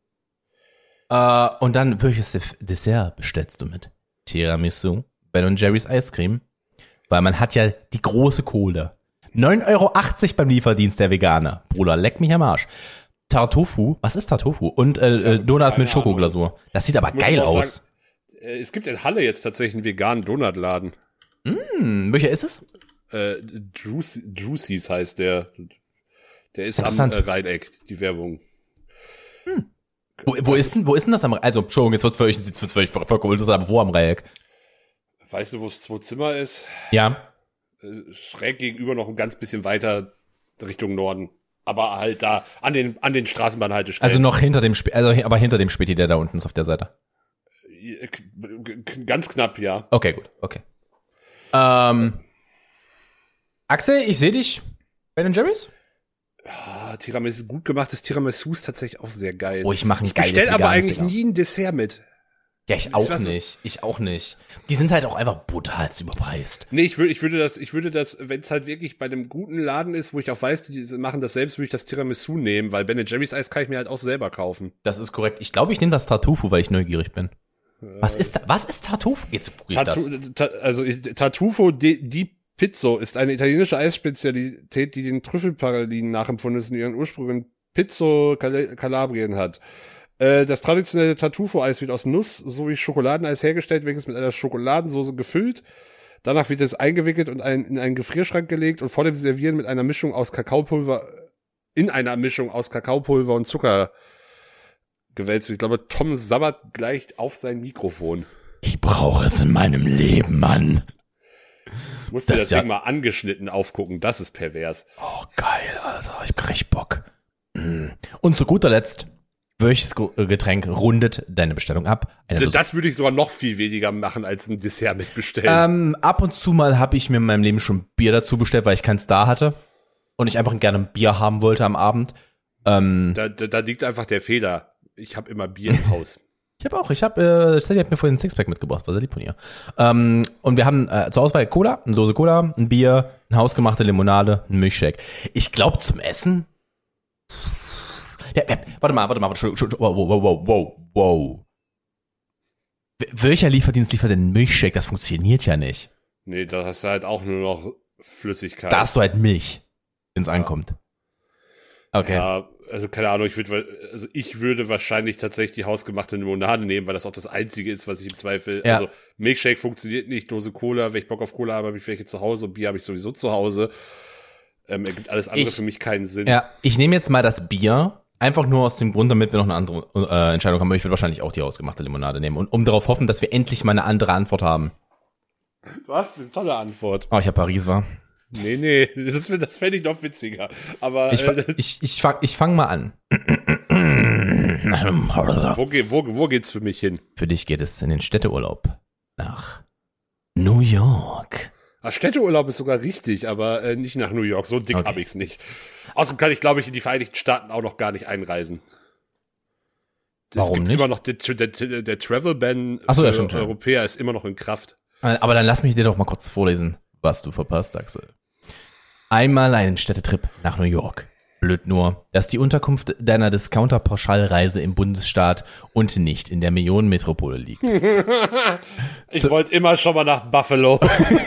Speaker 2: Äh, und dann, welches Def- Dessert bestellst du mit? Tiramisu, Ben und Jerry's Eiscreme. Weil man hat ja die große Kohle. neun Euro achtzig beim Lieferdienst der Veganer. Bruder, leck mich am Arsch. Tartofu, was ist Tartofu? Und äh, äh, Donut
Speaker 3: keine
Speaker 2: mit Schokoglasur. Das sieht aber
Speaker 3: Muss
Speaker 2: geil
Speaker 3: aber auch
Speaker 2: aus.
Speaker 3: sagen, äh, es gibt in Halle jetzt tatsächlich einen veganen Donutladen.
Speaker 2: Hm, welcher ist es?
Speaker 3: Äh, Juicy, Juicy's heißt der. Der ist am
Speaker 2: Interessant.
Speaker 3: äh, Rheineck, die Werbung.
Speaker 2: Wo, wo ist denn, wo ist denn das am Dreieck? Also, Entschuldigung, jetzt wird's für euch, jetzt wird's für euch vollkommen interessant, aber wo am Dreieck?
Speaker 3: Weißt du, wo es zwei Zimmer ist?
Speaker 2: Ja.
Speaker 3: Äh, schräg gegenüber noch ein ganz bisschen weiter Richtung Norden. Aber halt da an den, an den Straßenbahnhaltestellen.
Speaker 2: Also noch hinter dem, Sp also aber hinter dem Späti, der da unten ist auf der Seite.
Speaker 3: Äh, k- k- ganz knapp, ja.
Speaker 2: Okay, gut, okay. Ähm, Axel, ich sehe dich. Ben Jerry's?
Speaker 3: Ah, Tiramisu, gut gemachtes Tiramisu ist tatsächlich auch sehr geil.
Speaker 2: Oh, ich mache ein
Speaker 3: ich
Speaker 2: geiles
Speaker 3: bestell aber
Speaker 2: veganes
Speaker 3: eigentlich
Speaker 2: Ding.
Speaker 3: nie ein Dessert mit.
Speaker 2: Ja, ich
Speaker 3: Das
Speaker 2: auch
Speaker 3: war so-
Speaker 2: nicht. Ich auch nicht. Die sind halt auch einfach brutal überpreist.
Speaker 3: Nee, ich würde, ich würde das, ich würde das, wenn es halt wirklich bei einem guten Laden ist, wo ich auch weiß, die machen das selbst, würde ich das Tiramisu nehmen, weil Ben Jerry's Eis kann ich mir halt auch selber kaufen.
Speaker 2: Das ist korrekt. Ich glaube, ich nehme das Tartufu, weil ich neugierig bin. Was ist da, was ist Tartufu? Jetzt gucke ich das.
Speaker 3: Tatu, ta, also ich- Tartufo di, di Pizzo ist eine italienische Eisspezialität, die den Trüffelparalinen nachempfunden ist und ihren Ursprung in Pizzo Cal Kalabrien hat. Äh, das traditionelle Tartufo-Eis wird aus Nuss sowie Schokoladeneis hergestellt, welches mit einer Schokoladensauce gefüllt. Danach wird es eingewickelt und ein, in einen Gefrierschrank gelegt und vor dem Servieren mit einer Mischung aus Kakaopulver, in einer Mischung aus Kakaopulver und Zucker gewälzt wird. Ich glaube, Tom sabbert gleich auf sein Mikrofon.
Speaker 2: Ich brauche es in meinem Leben, Mann.
Speaker 3: Musst dir
Speaker 2: Das
Speaker 3: das,
Speaker 2: ist ja-
Speaker 3: Ding mal angeschnitten aufgucken, das ist pervers.
Speaker 2: Oh, geil, Alter. Ich hab richtig Bock. Mm. Und zu guter Letzt, welches Ge- Getränk rundet deine Bestellung ab? Eine Lust-
Speaker 3: Das würde ich sogar noch viel weniger machen, als ein Dessert mitbestellen.
Speaker 2: ähm, ab und zu mal habe ich mir in meinem Leben schon Bier dazu bestellt, weil ich keins da hatte. Und ich einfach gerne ein Bier haben wollte am Abend. Ähm,
Speaker 3: Da, da, da liegt einfach der Fehler. Ich habe immer Bier im Haus.
Speaker 2: Ich habe auch, ich habe, äh, Sally hat mir vorhin ein Sixpack mitgebracht, war sehr lieb von ihr. Ähm, und wir haben äh, zur Auswahl Cola, eine Dose Cola, ein Bier, eine hausgemachte Limonade, ein Milchshake. Ich glaube zum Essen. Ja, ja, warte mal, warte mal, warte, wow, wow, wow, wow, wow, wow. W- Welcher Lieferdienst liefert denn einen Milchshake? Das funktioniert ja nicht.
Speaker 3: Nee, da hast du halt auch nur noch Flüssigkeit.
Speaker 2: Da hast du halt Milch, wenn's ankommt. Okay.
Speaker 3: Ja, also keine Ahnung, ich würde, also ich würde wahrscheinlich tatsächlich die hausgemachte Limonade nehmen, weil das auch das Einzige ist, was ich im Zweifel,
Speaker 2: Ja.
Speaker 3: also Milkshake funktioniert nicht, Dose Cola, wenn ich Bock auf Cola habe, habe ich welche zu Hause und Bier habe ich sowieso zu Hause. Ähm, ergibt alles andere
Speaker 2: Ich-
Speaker 3: für mich keinen Sinn.
Speaker 2: Ja, ich nehme jetzt mal das Bier, einfach nur aus dem Grund, damit wir noch eine andere äh, Entscheidung haben. Aber ich würde wahrscheinlich auch die hausgemachte Limonade nehmen. Und um darauf hoffen, dass wir endlich mal eine andere Antwort haben.
Speaker 3: Du hast eine tolle Antwort.
Speaker 2: Oh, ich habe Paris, war.
Speaker 3: Nee, nee, das, das fände ich noch witziger. Aber
Speaker 2: Ich, fa-
Speaker 3: äh,
Speaker 2: ich, ich, fang, ich fang mal an.
Speaker 3: wo, ge- wo, wo geht's für mich hin?
Speaker 2: Für dich geht es in den Städteurlaub nach New York.
Speaker 3: Ah, Städteurlaub ist sogar richtig, aber äh, nicht nach New York. So dick
Speaker 2: Okay.
Speaker 3: habe ich's nicht. Außerdem kann ich, glaube ich, in die Vereinigten Staaten auch noch gar nicht einreisen.
Speaker 2: Warum
Speaker 3: es gibt
Speaker 2: nicht?
Speaker 3: immer noch der, der, der, der Travel-Ban
Speaker 2: Ach so, ja,
Speaker 3: für
Speaker 2: stimmt, ja.
Speaker 3: Europäer ist immer noch in Kraft.
Speaker 2: Äh, Aber dann lass mich dir doch mal kurz vorlesen, was du verpasst, Axel. Einmal einen Städtetrip nach New York. Blöd nur, dass die Unterkunft deiner Discounter-Pauschalreise im Bundesstaat und nicht in der Millionenmetropole liegt.
Speaker 3: Ich wollte immer schon mal nach Buffalo.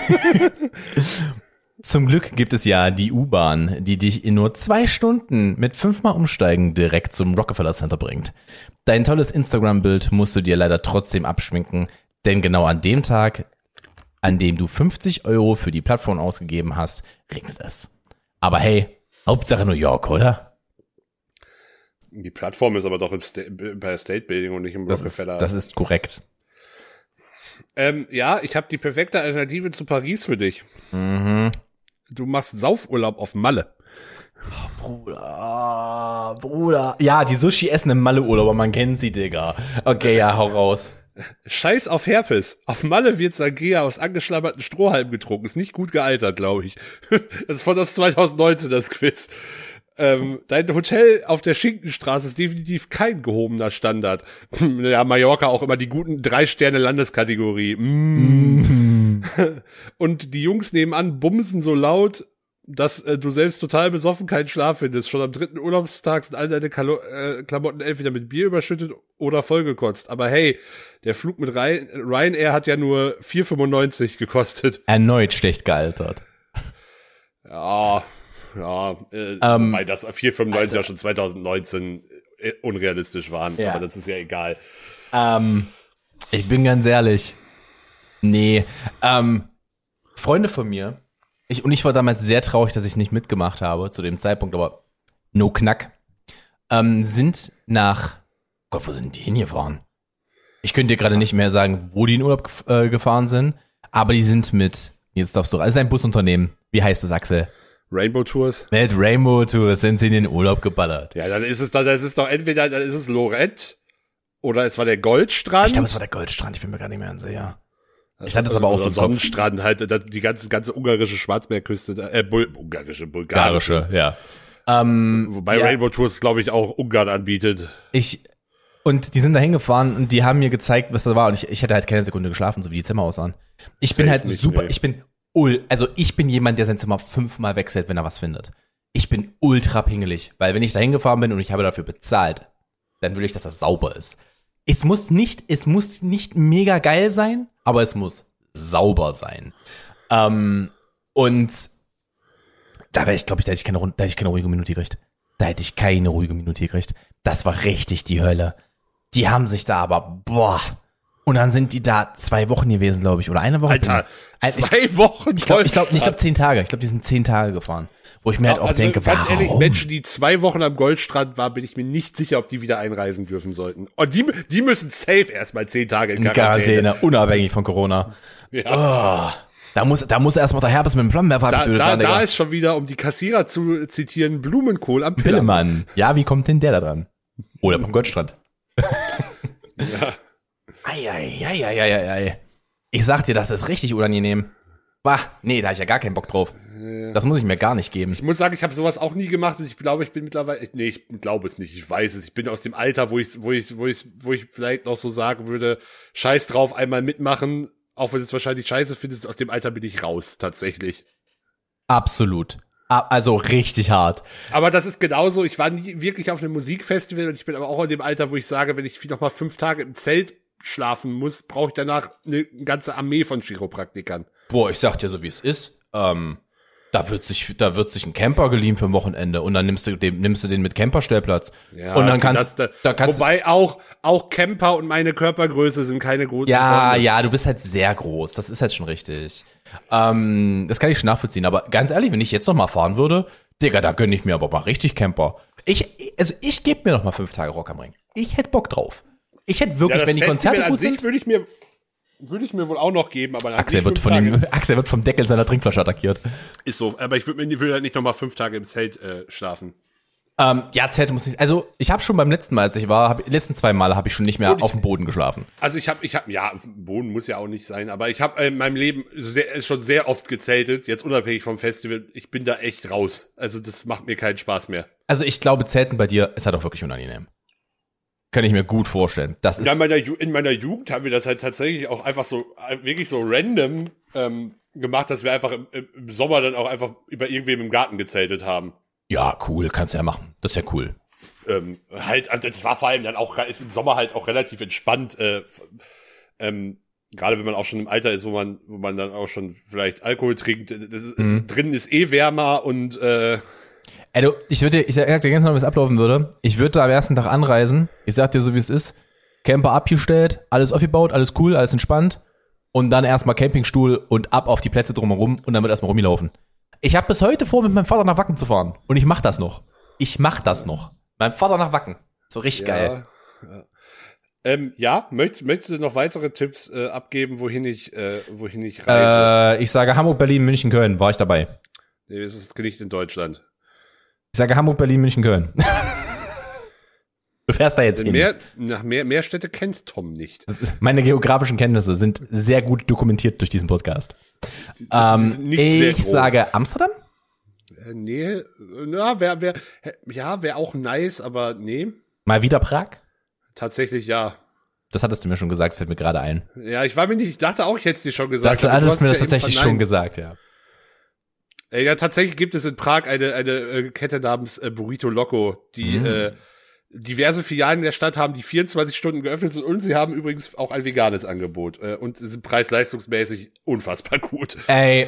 Speaker 2: Zum Glück gibt es ja die U-Bahn, die dich in nur zwei Stunden mit fünfmal Umsteigen direkt zum Rockefeller Center bringt. Dein tolles Instagram-Bild musst du dir leider trotzdem abschminken, denn genau an dem Tag, an dem du fünfzig Euro für die Plattform ausgegeben hast, regnet es. Aber hey, Hauptsache New York, oder?
Speaker 3: Die Plattform ist aber doch im Sta- bei State Building und nicht im
Speaker 2: Das ist,
Speaker 3: Rockefeller.
Speaker 2: das ist korrekt.
Speaker 3: ähm, ja, ich habe die perfekte Alternative zu Paris für dich.
Speaker 2: Mhm.
Speaker 3: Du machst Saufurlaub auf Malle.
Speaker 2: Bruder, Bruder. Ja, die Sushi essen im Malle-Urlauber, man kennt sie, Digga. Okay, ja, hau raus.
Speaker 3: Scheiß auf Herpes. Auf Malle wird Sangria aus angeschlammerten Strohhalmen getrunken. Ist nicht gut gealtert, glaube ich. Das ist von das zwanzig neunzehn, das Quiz. Ähm, dein Hotel auf der Schinkenstraße ist definitiv kein gehobener Standard. Ja, Mallorca auch immer die guten drei Sterne Landeskategorie. Mm. Und die Jungs nebenan bumsen so laut, dass äh, du selbst total besoffen keinen Schlaf findest. Schon am dritten Urlaubstag sind all deine Kalo äh, Klamotten entweder mit Bier überschüttet oder vollgekotzt. Aber hey, der Flug mit Ryan Ryanair hat ja nur vier fünfundneunzig gekostet.
Speaker 2: Erneut schlecht gealtert.
Speaker 3: Ja, ja, äh,
Speaker 2: Ähm,
Speaker 3: weil das vier fünfundneunzig ja schon zwanzig neunzehn äh, unrealistisch waren.
Speaker 2: Ja.
Speaker 3: Aber das ist ja egal.
Speaker 2: Ähm, ich bin ganz ehrlich. Nee, ähm, Freunde von mir, ich, und ich war damals sehr traurig, dass ich nicht mitgemacht habe zu dem Zeitpunkt, aber no knack, ähm, sind nach, Gott, wo sind die hingefahren? Ich könnte dir gerade nicht mehr sagen, wo die in Urlaub gef- äh, gefahren sind, aber die sind mit, jetzt darfst du, also es ist ein Busunternehmen, wie heißt das, Axel?
Speaker 3: Rainbow Tours?
Speaker 2: Mit Rainbow Tours sind sie in den Urlaub geballert.
Speaker 3: Ja, dann ist es doch, das ist doch entweder, dann ist es Lorette oder es war der Goldstrand.
Speaker 2: Ich glaube, es war der Goldstrand, ich bin mir gar nicht mehr sicher. Ich hatte es aber auch so
Speaker 3: Oder
Speaker 2: im Kopf.
Speaker 3: Sonnenstrand, halt, das- die ganze, ganze ungarische Schwarzmeerküste, da- äh, Bul ungarische, bulgarische.
Speaker 2: Garische, ja. Ähm,
Speaker 3: Wobei
Speaker 2: ja,
Speaker 3: Rainbow Tours, glaube ich, auch Ungarn anbietet.
Speaker 2: Ich, und die sind da hingefahren und die haben mir gezeigt, was da war. Und ich, ich hätte halt keine Sekunde geschlafen, so wie die Zimmer aussahen. Ich bin
Speaker 3: Safe
Speaker 2: halt
Speaker 3: nicht,
Speaker 2: super,
Speaker 3: nee.
Speaker 2: ich bin ul, also ich bin jemand, der sein Zimmer fünfmal wechselt, wenn er was findet. Ich bin ultra pingelig, weil wenn ich da hingefahren bin und ich habe dafür bezahlt, dann will ich, dass das sauber ist. Es muss nicht, es muss nicht mega geil sein, aber es muss sauber sein. Ähm, und da wäre ich, glaube ich, da hätte ich keine, Rund- da hätte ich keine ruhige Minute gekriegt. Da hätte ich keine ruhige Minute gekriegt. Das war richtig die Hölle. Die haben sich da aber, boah. Und dann sind die da zwei Wochen gewesen, glaube ich, oder eine Woche.
Speaker 3: Alter,
Speaker 2: Ein- ich
Speaker 3: zwei Wochen
Speaker 2: ich glaube, ich glaube, ich
Speaker 3: Goldstrand.
Speaker 2: glaube zehn Tage. Ich glaube, die sind zehn Tage gefahren. Wo ich mir halt auch
Speaker 3: Also,
Speaker 2: denke,
Speaker 3: ganz
Speaker 2: warum?
Speaker 3: ehrlich, Menschen, die zwei Wochen am Goldstrand waren, bin ich mir nicht sicher, ob die wieder einreisen dürfen sollten. Und die, die müssen safe erstmal zehn Tage in
Speaker 2: in
Speaker 3: Quarantäne.
Speaker 2: Quarantäne, unabhängig von Corona.
Speaker 3: Ja.
Speaker 2: Da muss, da muss erstmal der Herpes mit dem Flammenwerfer
Speaker 3: Da,
Speaker 2: abgetötet
Speaker 3: da,
Speaker 2: werden,
Speaker 3: da
Speaker 2: Digga.
Speaker 3: ist schon wieder, um die Kassierer zu zitieren, Blumenkohl am Pillermann.
Speaker 2: Pillemann. Ja, wie kommt denn der da dran? Oder vom Goldstrand.
Speaker 3: Ja.
Speaker 2: Eieieiei. Ich sag dir, das ist richtig unangenehm. Bah, nee, da hab ich ja gar keinen Bock drauf. Das muss ich mir gar nicht geben.
Speaker 3: Ich muss sagen, ich habe sowas auch nie gemacht und ich glaube, ich bin mittlerweile, nee, ich glaube es nicht, ich weiß es. Ich bin aus dem Alter, wo ich, wo ich, wo ich, wo ich vielleicht noch so sagen würde, scheiß drauf, einmal mitmachen, auch wenn du es wahrscheinlich scheiße findest, aus dem Alter bin ich raus, tatsächlich.
Speaker 2: Absolut. A- Also richtig hart.
Speaker 3: Aber das ist genauso, ich war nie wirklich auf einem Musikfestival und ich bin aber auch in dem Alter, wo ich sage, wenn ich noch mal fünf Tage im Zelt schlafen muss, brauche ich danach eine ganze Armee von Chiropraktikern.
Speaker 2: Boah, ich sag dir so, wie es ist. Ähm, Da wird sich, da wird sich ein Camper geliehen für ein Wochenende und dann nimmst du den, nimmst du den mit Camperstellplatz.
Speaker 3: Ja,
Speaker 2: und dann
Speaker 3: okay,
Speaker 2: kannst,
Speaker 3: das, da,
Speaker 2: da kannst
Speaker 3: wobei auch, auch Camper und meine Körpergröße sind keine großen
Speaker 2: ja,
Speaker 3: Freunde.
Speaker 2: ja, du bist halt sehr groß. Das ist halt schon richtig. Ähm, das kann ich schon nachvollziehen. Aber ganz ehrlich, wenn ich jetzt noch mal fahren würde, Digga, da gönn ich mir aber mal richtig Camper. Ich, also ich gebe mir noch mal fünf Tage Rock am Ring. Ich hätte Bock drauf. Ich hätte wirklich,
Speaker 3: Ja,
Speaker 2: wenn die
Speaker 3: Festival
Speaker 2: Konzerte
Speaker 3: an
Speaker 2: gut
Speaker 3: sich
Speaker 2: sind.
Speaker 3: würde ich mir, würde ich mir wohl auch noch geben, aber dann
Speaker 2: Axel wird von dem, Axel wird vom Deckel seiner Trinkflasche attackiert.
Speaker 3: Ist so, aber ich würde mir würde halt nicht noch mal fünf Tage im Zelt äh, schlafen.
Speaker 2: Ähm, ja, Zelt muss nicht. Also ich habe schon beim letzten Mal, als ich war, hab, die letzten zwei Male habe ich schon nicht mehr
Speaker 3: Und
Speaker 2: auf
Speaker 3: ich-
Speaker 2: dem Boden geschlafen.
Speaker 3: Also ich habe, ich habe, ja, Boden muss ja auch nicht sein, aber ich habe in meinem Leben sehr, schon sehr oft gezeltet, jetzt unabhängig vom Festival. Ich bin da echt raus. Also das macht mir keinen Spaß mehr.
Speaker 2: Also ich glaube, Zelten bei dir ist halt auch wirklich unangenehm. Kann ich mir gut vorstellen. Das ist
Speaker 3: Ja, in meiner, Ju- in meiner Jugend haben wir das halt tatsächlich auch einfach so, äh, wirklich so random ähm, gemacht, dass wir einfach im, im Sommer dann auch einfach über irgendwem im Garten gezeltet haben.
Speaker 2: ja cool, kannst du ja machen. Das ist ja cool.
Speaker 3: Ähm, halt, also das war vor allem dann auch, ist im Sommer halt auch relativ entspannt, äh, ähm, gerade wenn man auch schon im Alter ist, wo man, wo man dann auch schon vielleicht Alkohol trinkt, das ist,
Speaker 2: Mhm.
Speaker 3: ist, drinnen ist eh wärmer und äh,
Speaker 2: Ey, du, ich würde dir, ich sag dir ganz genau, wie es ablaufen würde. Ich würde da am ersten Tag anreisen. Ich sag dir so, wie es ist. Camper abgestellt, alles aufgebaut, alles cool, alles entspannt. Und dann erstmal Campingstuhl und ab auf die Plätze drumherum und dann wird erstmal rumgelaufen. Ich habe bis heute vor, mit meinem Vater nach Wacken zu fahren. Und ich mach das noch. Ich mach das noch. Mein Vater nach Wacken. So richtig geil.
Speaker 3: ja. Ähm, ja, möchtest, möchtest du noch weitere Tipps äh, abgeben, wohin ich, äh, wohin ich reise?
Speaker 2: Äh, ich sage Hamburg, Berlin, München, Köln. War ich dabei.
Speaker 3: Nee, es ist nicht in Deutschland.
Speaker 2: Ich sage Hamburg, Berlin, München, Köln. Du fährst da jetzt hin.
Speaker 3: Mehr, nach mehr, mehr Städte kennt Tom nicht.
Speaker 2: Das ist, meine geografischen Kenntnisse sind sehr gut dokumentiert durch diesen Podcast.
Speaker 3: Sie
Speaker 2: Ähm,
Speaker 3: sind nicht sehr
Speaker 2: ich
Speaker 3: groß.
Speaker 2: sage Amsterdam?
Speaker 3: Äh, nee, na, wär, wär, ja, wäre auch nice, aber nee,
Speaker 2: Mal wieder Prag?
Speaker 3: tatsächlich ja.
Speaker 2: Das hattest du mir schon gesagt, fällt mir gerade ein.
Speaker 3: Ja, ich war mir nicht, ich dachte auch, ich hätte es dir schon gesagt.
Speaker 2: Das
Speaker 3: aber du
Speaker 2: hattest
Speaker 3: hast
Speaker 2: mir
Speaker 3: ja
Speaker 2: das
Speaker 3: eben
Speaker 2: tatsächlich
Speaker 3: verneint.
Speaker 2: schon gesagt, ja.
Speaker 3: Äh, ja, tatsächlich gibt es in Prag eine, eine äh, Kette namens äh, Burrito Loco, die
Speaker 2: Mhm.
Speaker 3: äh, diverse Filialen der Stadt haben, die vierundzwanzig Stunden geöffnet sind und sie haben übrigens auch ein veganes Angebot äh, und sind preis-leistungsmäßig unfassbar gut.
Speaker 2: Ey,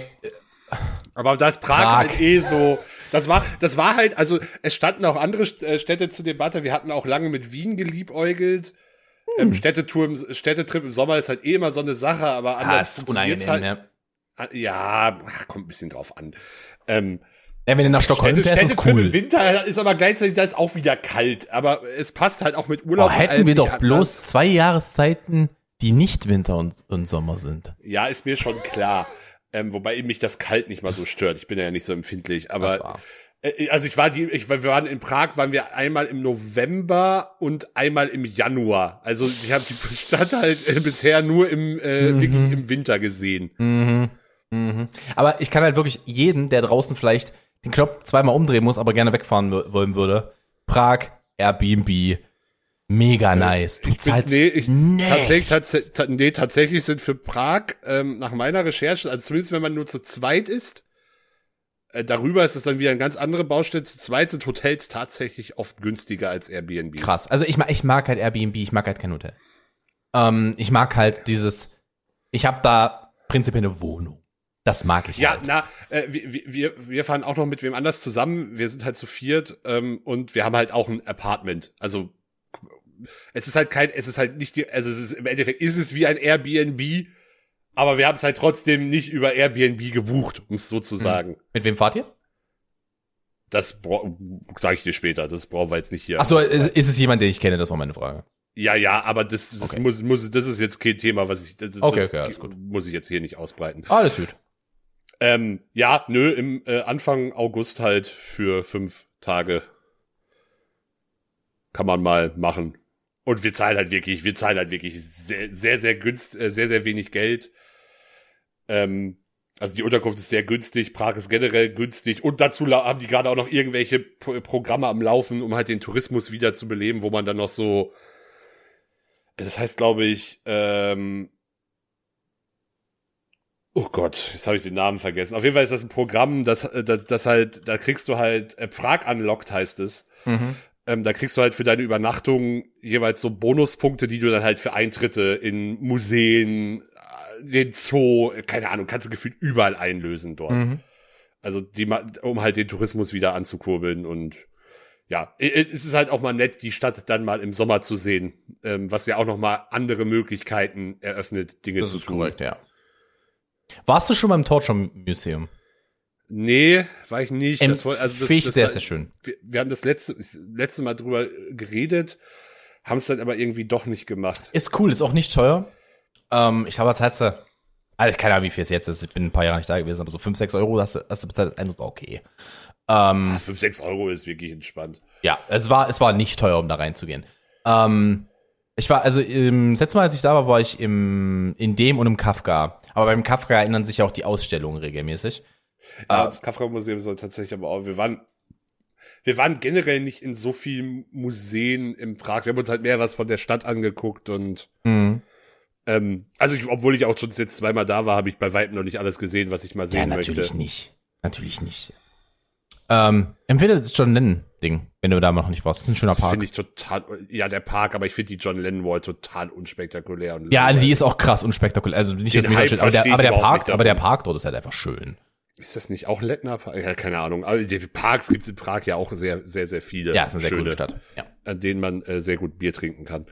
Speaker 3: Aber da ist Prag,
Speaker 2: Prag.
Speaker 3: halt eh so, das war, das war halt, also es standen auch andere St- äh, Städte zur Debatte, wir hatten auch lange mit Wien geliebäugelt.
Speaker 2: Hm.
Speaker 3: Ähm, Städtetour im, Städtetrip im Sommer ist halt eh immer so eine Sache, aber
Speaker 2: ja,
Speaker 3: anders
Speaker 2: ist
Speaker 3: funktioniert's
Speaker 2: unangenehm,
Speaker 3: halt.
Speaker 2: ne?
Speaker 3: Ah, Ja, ach, kommt ein bisschen drauf an. Ähm,
Speaker 2: Ja, wenn du nach Stockholm
Speaker 3: Städte,
Speaker 2: fährst, ist
Speaker 3: Städtetrip im
Speaker 2: cool.
Speaker 3: Winter ist aber gleichzeitig, da ist auch wieder kalt, aber es passt halt auch mit Urlaub.
Speaker 2: Oh,
Speaker 3: und
Speaker 2: hätten
Speaker 3: allem
Speaker 2: wir
Speaker 3: nicht
Speaker 2: doch
Speaker 3: an-
Speaker 2: bloß zwei Jahreszeiten, die nicht Winter und, und Sommer sind.
Speaker 3: Ja, ist mir schon klar. Ähm, wobei mich das kalt nicht mal so stört. Ich bin ja nicht so empfindlich,
Speaker 2: Das
Speaker 3: aber
Speaker 2: war.
Speaker 3: Äh, Also ich war die, ich, wir waren in Prag, waren wir einmal im November und einmal im Januar. Also ich habe die Stadt halt äh, bisher nur im äh,
Speaker 2: Mhm.
Speaker 3: wirklich im Winter gesehen.
Speaker 2: Mhm. Mhm. Aber ich kann halt wirklich jeden, der draußen vielleicht den Knopf zweimal umdrehen muss, aber gerne wegfahren w- wollen würde. Prag, Airbnb, mega nice. Du
Speaker 3: Ich bin,
Speaker 2: zahlst
Speaker 3: nee, ich,
Speaker 2: nichts.
Speaker 3: tatsächlich, tats ta, nee, tatsächlich sind für Prag ähm, nach meiner Recherche, also zumindest wenn man nur zu zweit ist, äh, darüber ist es dann wieder eine ganz andere Baustelle. Zu zweit sind Hotels tatsächlich oft günstiger als Airbnb.
Speaker 2: Krass. Also ich mag, ich mag halt Airbnb, ich mag halt kein Hotel. Ähm, ich mag halt dieses, ich habe da prinzipiell eine Wohnung. Das mag ich
Speaker 3: Ja,
Speaker 2: halt.
Speaker 3: na, äh, wir, wir, wir fahren auch noch mit wem anders zusammen. Wir sind halt zu viert ähm, und wir haben halt auch ein Apartment. Also es ist halt kein, es ist halt nicht, die, also es ist, im Endeffekt ist es wie ein Airbnb, aber wir haben es halt trotzdem nicht über Airbnb gebucht, um es so zu sagen.
Speaker 2: Mit wem fahrt ihr?
Speaker 3: Das sage ich dir später. Das brauchen wir jetzt nicht hier.
Speaker 2: Achso, ist, ist es jemand, den ich kenne? Das war meine Frage.
Speaker 3: Ja, ja, aber das, das
Speaker 2: Okay.
Speaker 3: muss, muss, das ist jetzt kein Thema, was ich, das,
Speaker 2: Okay,
Speaker 3: das
Speaker 2: okay, alles gut.
Speaker 3: muss ich jetzt hier nicht ausbreiten.
Speaker 2: Alles gut.
Speaker 3: Ähm, ja, nö, im äh, Anfang August halt für fünf Tage kann man mal machen. Und wir zahlen halt wirklich, wir zahlen halt wirklich sehr, sehr, sehr günstig, äh, sehr, sehr wenig Geld. Ähm, also die Unterkunft ist sehr günstig, Prag ist generell günstig und dazu la- haben die gerade auch noch irgendwelche Pro- Programme am Laufen, um halt den Tourismus wieder zu beleben, wo man dann noch so, das heißt, glaube ich, ähm, oh Gott, jetzt habe ich den Namen vergessen. Auf jeden Fall ist das ein Programm, das, das, das halt, da kriegst du halt, äh, Prag Unlocked heißt es.
Speaker 2: Mhm.
Speaker 3: Ähm, da kriegst du halt für deine Übernachtung jeweils so Bonuspunkte, die du dann halt für Eintritte in Museen, äh, den Zoo, äh, keine Ahnung, kannst du gefühlt überall einlösen dort.
Speaker 2: Mhm.
Speaker 3: Also die, um halt den Tourismus wieder anzukurbeln und ja, es ist halt auch mal nett, die Stadt dann mal im Sommer zu sehen, was ja auch noch mal andere Möglichkeiten eröffnet, Dinge
Speaker 2: Das
Speaker 3: zu
Speaker 2: ist
Speaker 3: tun.
Speaker 2: korrekt, ja. Warst du schon beim Torture Museum?
Speaker 3: Nee, war ich nicht. Das war, also das,
Speaker 2: Finde ich
Speaker 3: das,
Speaker 2: sehr,
Speaker 3: das,
Speaker 2: sehr schön.
Speaker 3: Wir, wir haben das letzte, letzte Mal drüber geredet, haben es dann aber irgendwie doch nicht gemacht.
Speaker 2: Ist cool, ist auch nicht teuer. Ähm, ich glaube, als hättest du, also keine Ahnung, wie viel es jetzt ist. Ich bin ein paar Jahre nicht da gewesen, aber so fünf, sechs Euro hast du, hast du bezahlt. Das war okay. Ähm,
Speaker 3: fünf, sechs Euro ist wirklich entspannt.
Speaker 2: Ja, es war, es war nicht teuer, um da reinzugehen. Ähm, ich war, also, im, das letzte Mal, als ich da war, war ich im, in dem und im Kafka. Aber beim Kafka erinnern sich ja auch die Ausstellungen regelmäßig.
Speaker 3: Ja,
Speaker 2: äh,
Speaker 3: das Kafka-Museum soll tatsächlich aber auch, wir waren, wir waren generell nicht in so vielen Museen in Prag. Wir haben uns halt mehr was von der Stadt angeguckt und,
Speaker 2: Mhm.
Speaker 3: ähm, also ich, obwohl ich auch schon jetzt zweimal da war, habe ich bei weitem noch nicht alles gesehen, was ich mal
Speaker 2: Ja,
Speaker 3: sehen
Speaker 2: natürlich
Speaker 3: möchte.
Speaker 2: nicht. Natürlich nicht. Ähm, empfehle das John Lennon-Ding, wenn du da noch nicht warst. Das ist ein schöner
Speaker 3: Das
Speaker 2: Park.
Speaker 3: finde ich total, ja, der Park, aber ich finde die John Lennon Wall total unspektakulär. Und
Speaker 2: Ja, die ist auch krass unspektakulär. Also nicht,
Speaker 3: Den
Speaker 2: dass mir
Speaker 3: Hype
Speaker 2: das aber der,
Speaker 3: verstehe
Speaker 2: aber
Speaker 3: ich
Speaker 2: der
Speaker 3: überhaupt
Speaker 2: Park,
Speaker 3: nicht
Speaker 2: aber der
Speaker 3: darum.
Speaker 2: Park dort ist halt einfach schön.
Speaker 3: Ist das nicht auch Lettner Park? Ja, keine Ahnung. Aber die Parks gibt es in Prag ja auch sehr, sehr, sehr viele.
Speaker 2: Ja, ist eine sehr
Speaker 3: schöne,
Speaker 2: coole Stadt. Ja.
Speaker 3: an denen man äh, sehr gut Bier trinken kann.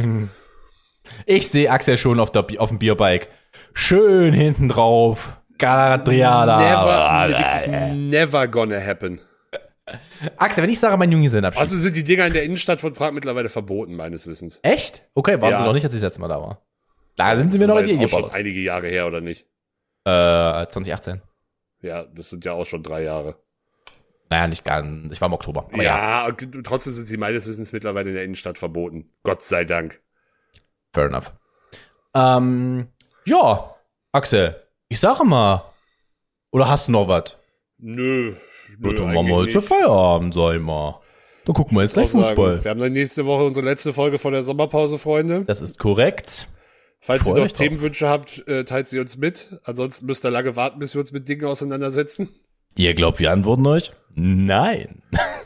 Speaker 2: Ich sehe Axel schon auf, der, auf dem Bierbike. Schön hinten drauf. Galadriada.
Speaker 3: Never, never gonna happen.
Speaker 2: Axel, wenn ich sage, mein Junggesellenabschied.
Speaker 3: Also sind die Dinger in der Innenstadt von Prag mittlerweile verboten, meines Wissens.
Speaker 2: Echt? Okay, waren
Speaker 3: Ja.
Speaker 2: sie noch nicht, als ich das letzte Mal da war. Da sind sie mir
Speaker 3: Das
Speaker 2: noch
Speaker 3: war
Speaker 2: in die
Speaker 3: jetzt auch schon
Speaker 2: gebaut.
Speaker 3: einige Jahre her, oder nicht?
Speaker 2: Äh, zwanzig achtzehn.
Speaker 3: Ja, das sind ja auch schon drei Jahre.
Speaker 2: Naja, nicht ganz. Ich war im Oktober. Aber ja,
Speaker 3: ja, und trotzdem sind sie meines Wissens mittlerweile in der Innenstadt verboten. Gott sei Dank.
Speaker 2: fair enough. Ähm, ja, Axel, ich sage mal. Oder hast du noch was?
Speaker 3: Nö. nö
Speaker 2: Dann machen wir heute
Speaker 3: eigentlich
Speaker 2: zu Feierabend, sag ich mal. Dann gucken wir jetzt gleich
Speaker 3: nicht. Auch sagen,
Speaker 2: Fußball.
Speaker 3: Wir haben dann nächste Woche unsere letzte Folge von der Sommerpause, Freunde.
Speaker 2: Das ist korrekt.
Speaker 3: Falls
Speaker 2: Freut
Speaker 3: ihr noch
Speaker 2: euch drauf.
Speaker 3: Themenwünsche habt, äh, teilt sie uns mit. Ansonsten müsst ihr lange warten, bis wir uns mit Dingen auseinandersetzen.
Speaker 2: Ihr glaubt, wir antworten euch? Nein.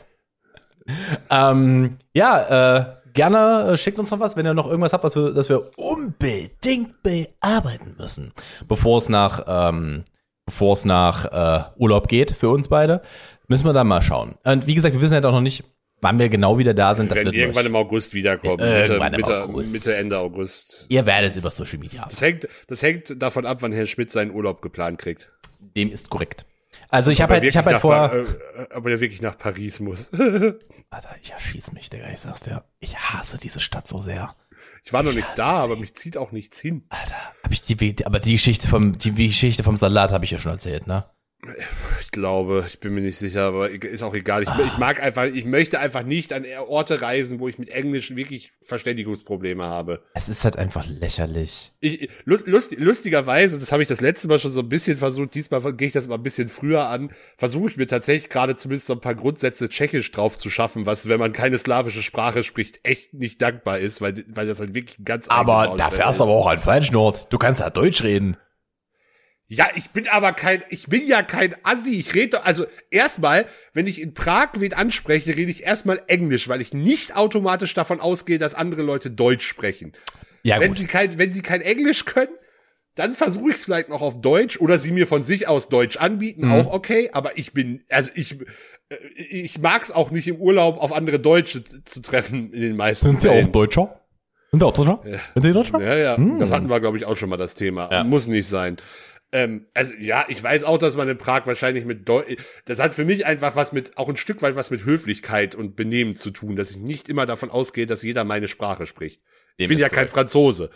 Speaker 2: ähm, ja, äh, gerne äh, schickt uns noch was, wenn ihr noch irgendwas habt, was wir, das wir unbedingt bearbeiten müssen, bevor es nach, ähm, bevor es nach äh, Urlaub geht für uns beide. Müssen wir dann mal schauen. Und wie gesagt, wir wissen halt auch noch nicht, wann wir genau wieder da sind.
Speaker 3: Wir
Speaker 2: Das
Speaker 3: werden
Speaker 2: wird
Speaker 3: irgendwann
Speaker 2: euch,
Speaker 3: im August wiederkommen.
Speaker 2: Irgendwann
Speaker 3: Mitte,
Speaker 2: im
Speaker 3: Mitte,
Speaker 2: August.
Speaker 3: Mitte, Ende August.
Speaker 2: ihr werdet über Social Media.
Speaker 3: Das hängt, das hängt davon ab, wann Herr Schmidt seinen Urlaub geplant kriegt.
Speaker 2: Dem ist korrekt. Also ich habe
Speaker 3: Ob er
Speaker 2: halt, ich habe
Speaker 3: wirklich
Speaker 2: halt
Speaker 3: nach
Speaker 2: vor.
Speaker 3: Pa- äh, ob er wirklich nach Paris muss.
Speaker 2: Alter, ich erschieß mich, Digga. Ich sag's dir. Ich hasse diese Stadt so sehr.
Speaker 3: Ich war noch nicht
Speaker 2: hasse
Speaker 3: da,
Speaker 2: sie.
Speaker 3: aber mich zieht auch nichts hin.
Speaker 2: Alter, hab ich die, aber die Geschichte vom, die Geschichte vom Salat habe ich ja schon erzählt, ne?
Speaker 3: Ich glaube, ich bin mir nicht sicher, aber ist auch egal. Ich, ich mag einfach, ich möchte einfach nicht an Orte reisen, wo ich mit Englisch wirklich Verständigungsprobleme habe.
Speaker 2: Es ist halt einfach lächerlich.
Speaker 3: Ich, lust, lustigerweise, das habe ich das letzte Mal schon so ein bisschen versucht, diesmal gehe ich das mal ein bisschen früher an, versuche ich mir tatsächlich gerade zumindest so ein paar Grundsätze Tschechisch drauf zu schaffen, was, wenn man keine slawische Sprache spricht, echt nicht dankbar ist, weil, weil das halt wirklich ein ganz
Speaker 2: Aber
Speaker 3: eigener
Speaker 2: da
Speaker 3: Ausländer
Speaker 2: fährst du
Speaker 3: ist.
Speaker 2: aber auch an falschen Ort. Du kannst ja Deutsch reden.
Speaker 3: Ja, ich bin aber kein, ich bin ja kein Assi. Ich rede, also erstmal, wenn ich in Prag wen anspreche, rede ich erstmal Englisch, weil ich nicht automatisch davon ausgehe, dass andere Leute Deutsch sprechen.
Speaker 2: Ja,
Speaker 3: wenn
Speaker 2: gut.
Speaker 3: sie kein, wenn sie kein Englisch können, dann versuche ich es vielleicht noch auf Deutsch oder sie mir von sich aus Deutsch anbieten,
Speaker 2: Mhm.
Speaker 3: auch okay. Aber ich bin, also ich, äh, ich mag's auch nicht im Urlaub auf andere Deutsche t- zu treffen in den meisten
Speaker 2: Sind sie auch
Speaker 3: Fällen.
Speaker 2: Deutscher? Sind sie auch Deutscher?
Speaker 3: Ja.
Speaker 2: Sind sie Deutscher?
Speaker 3: Ja, ja,
Speaker 2: Hm.
Speaker 3: das hatten wir, glaube ich, auch schon mal das Thema.
Speaker 2: Ja.
Speaker 3: Muss nicht sein. Ähm, also ja, ich weiß auch, dass man in Prag wahrscheinlich mit Deu das hat für mich einfach was mit, auch ein Stück weit was mit Höflichkeit und Benehmen zu tun, dass ich nicht immer davon ausgehe, dass jeder meine Sprache spricht. Ich
Speaker 2: Dem
Speaker 3: bin
Speaker 2: ist
Speaker 3: ja kein
Speaker 2: korrekt.
Speaker 3: Franzose.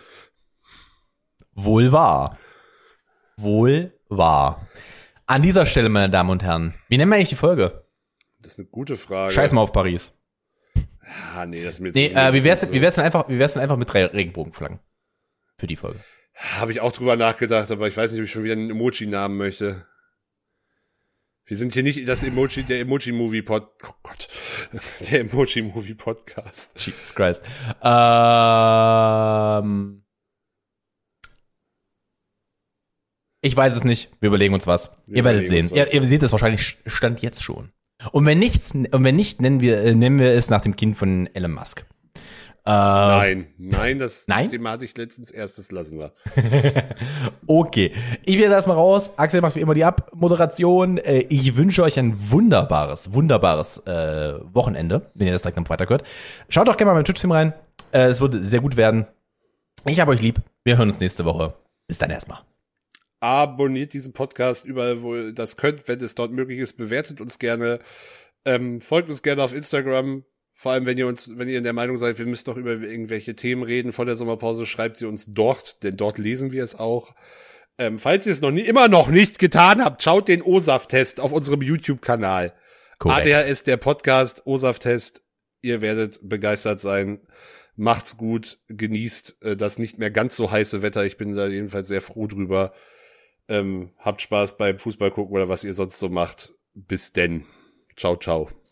Speaker 2: Wohl wahr. Wohl wahr. An dieser Stelle, meine Damen und Herren, wie nennen wir eigentlich die Folge?
Speaker 3: Das ist eine gute Frage.
Speaker 2: Scheiß mal auf Paris.
Speaker 3: Ah, nee, das ist mir jetzt
Speaker 2: Nee,
Speaker 3: nicht-
Speaker 2: äh, wie wär's,
Speaker 3: so.
Speaker 2: wie wär's denn einfach, wie wär's denn einfach mit drei Regenbogenflaggen? Für die Folge.
Speaker 3: Habe ich auch drüber nachgedacht, aber ich weiß nicht, ob ich schon wieder einen Emoji-Namen möchte. Wir sind hier nicht das Emoji, der Emoji-Movie-Pod, oh Gott, der Emoji-Movie-Podcast.
Speaker 2: Jesus Christ. Ähm, ich weiß es nicht. Wir überlegen uns was.
Speaker 3: Wir
Speaker 2: ihr werdet
Speaker 3: überlegen
Speaker 2: sehen.
Speaker 3: uns was.
Speaker 2: Ihr, ihr seht es wahrscheinlich Stand jetzt schon. Und wenn nichts, und wenn nicht, nennen wir, äh, nennen wir es nach dem Kind von Elon Musk.
Speaker 3: Nein, nein, das,
Speaker 2: Nein?
Speaker 3: das Thema hatte ich letztens erst, das lassen wir.
Speaker 2: Okay, ich werde erstmal raus. Axel macht wie immer die Abmoderation. Äh, Ich wünsche euch ein wunderbares, wunderbares äh, Wochenende, wenn ihr das direkt am Freitag hört. Schaut doch gerne mal beim Twitch-Stream rein. Äh, Es wird sehr gut werden. Ich habe euch lieb. Wir hören uns nächste Woche. Bis dann erstmal.
Speaker 3: Abonniert diesen Podcast überall, wo ihr das könnt, wenn es dort möglich ist. Bewertet uns gerne. Ähm, folgt uns gerne auf Instagram. Vor allem, wenn ihr uns, wenn ihr in der Meinung seid, wir müssen doch über irgendwelche Themen reden vor der Sommerpause, schreibt sie uns dort, denn dort lesen wir es auch. Ähm, falls ihr es noch nie, immer noch nicht getan habt, schaut den O S A F-Test auf unserem YouTube-Kanal.
Speaker 2: Korrekt.
Speaker 3: A D H S, der Podcast, O S A F-Test. Ihr werdet begeistert sein. Macht's gut, genießt äh, das nicht mehr ganz so heiße Wetter. Ich bin da jedenfalls sehr froh drüber. Ähm, habt Spaß beim Fußball gucken oder was ihr sonst so macht. Bis denn. Ciao, ciao.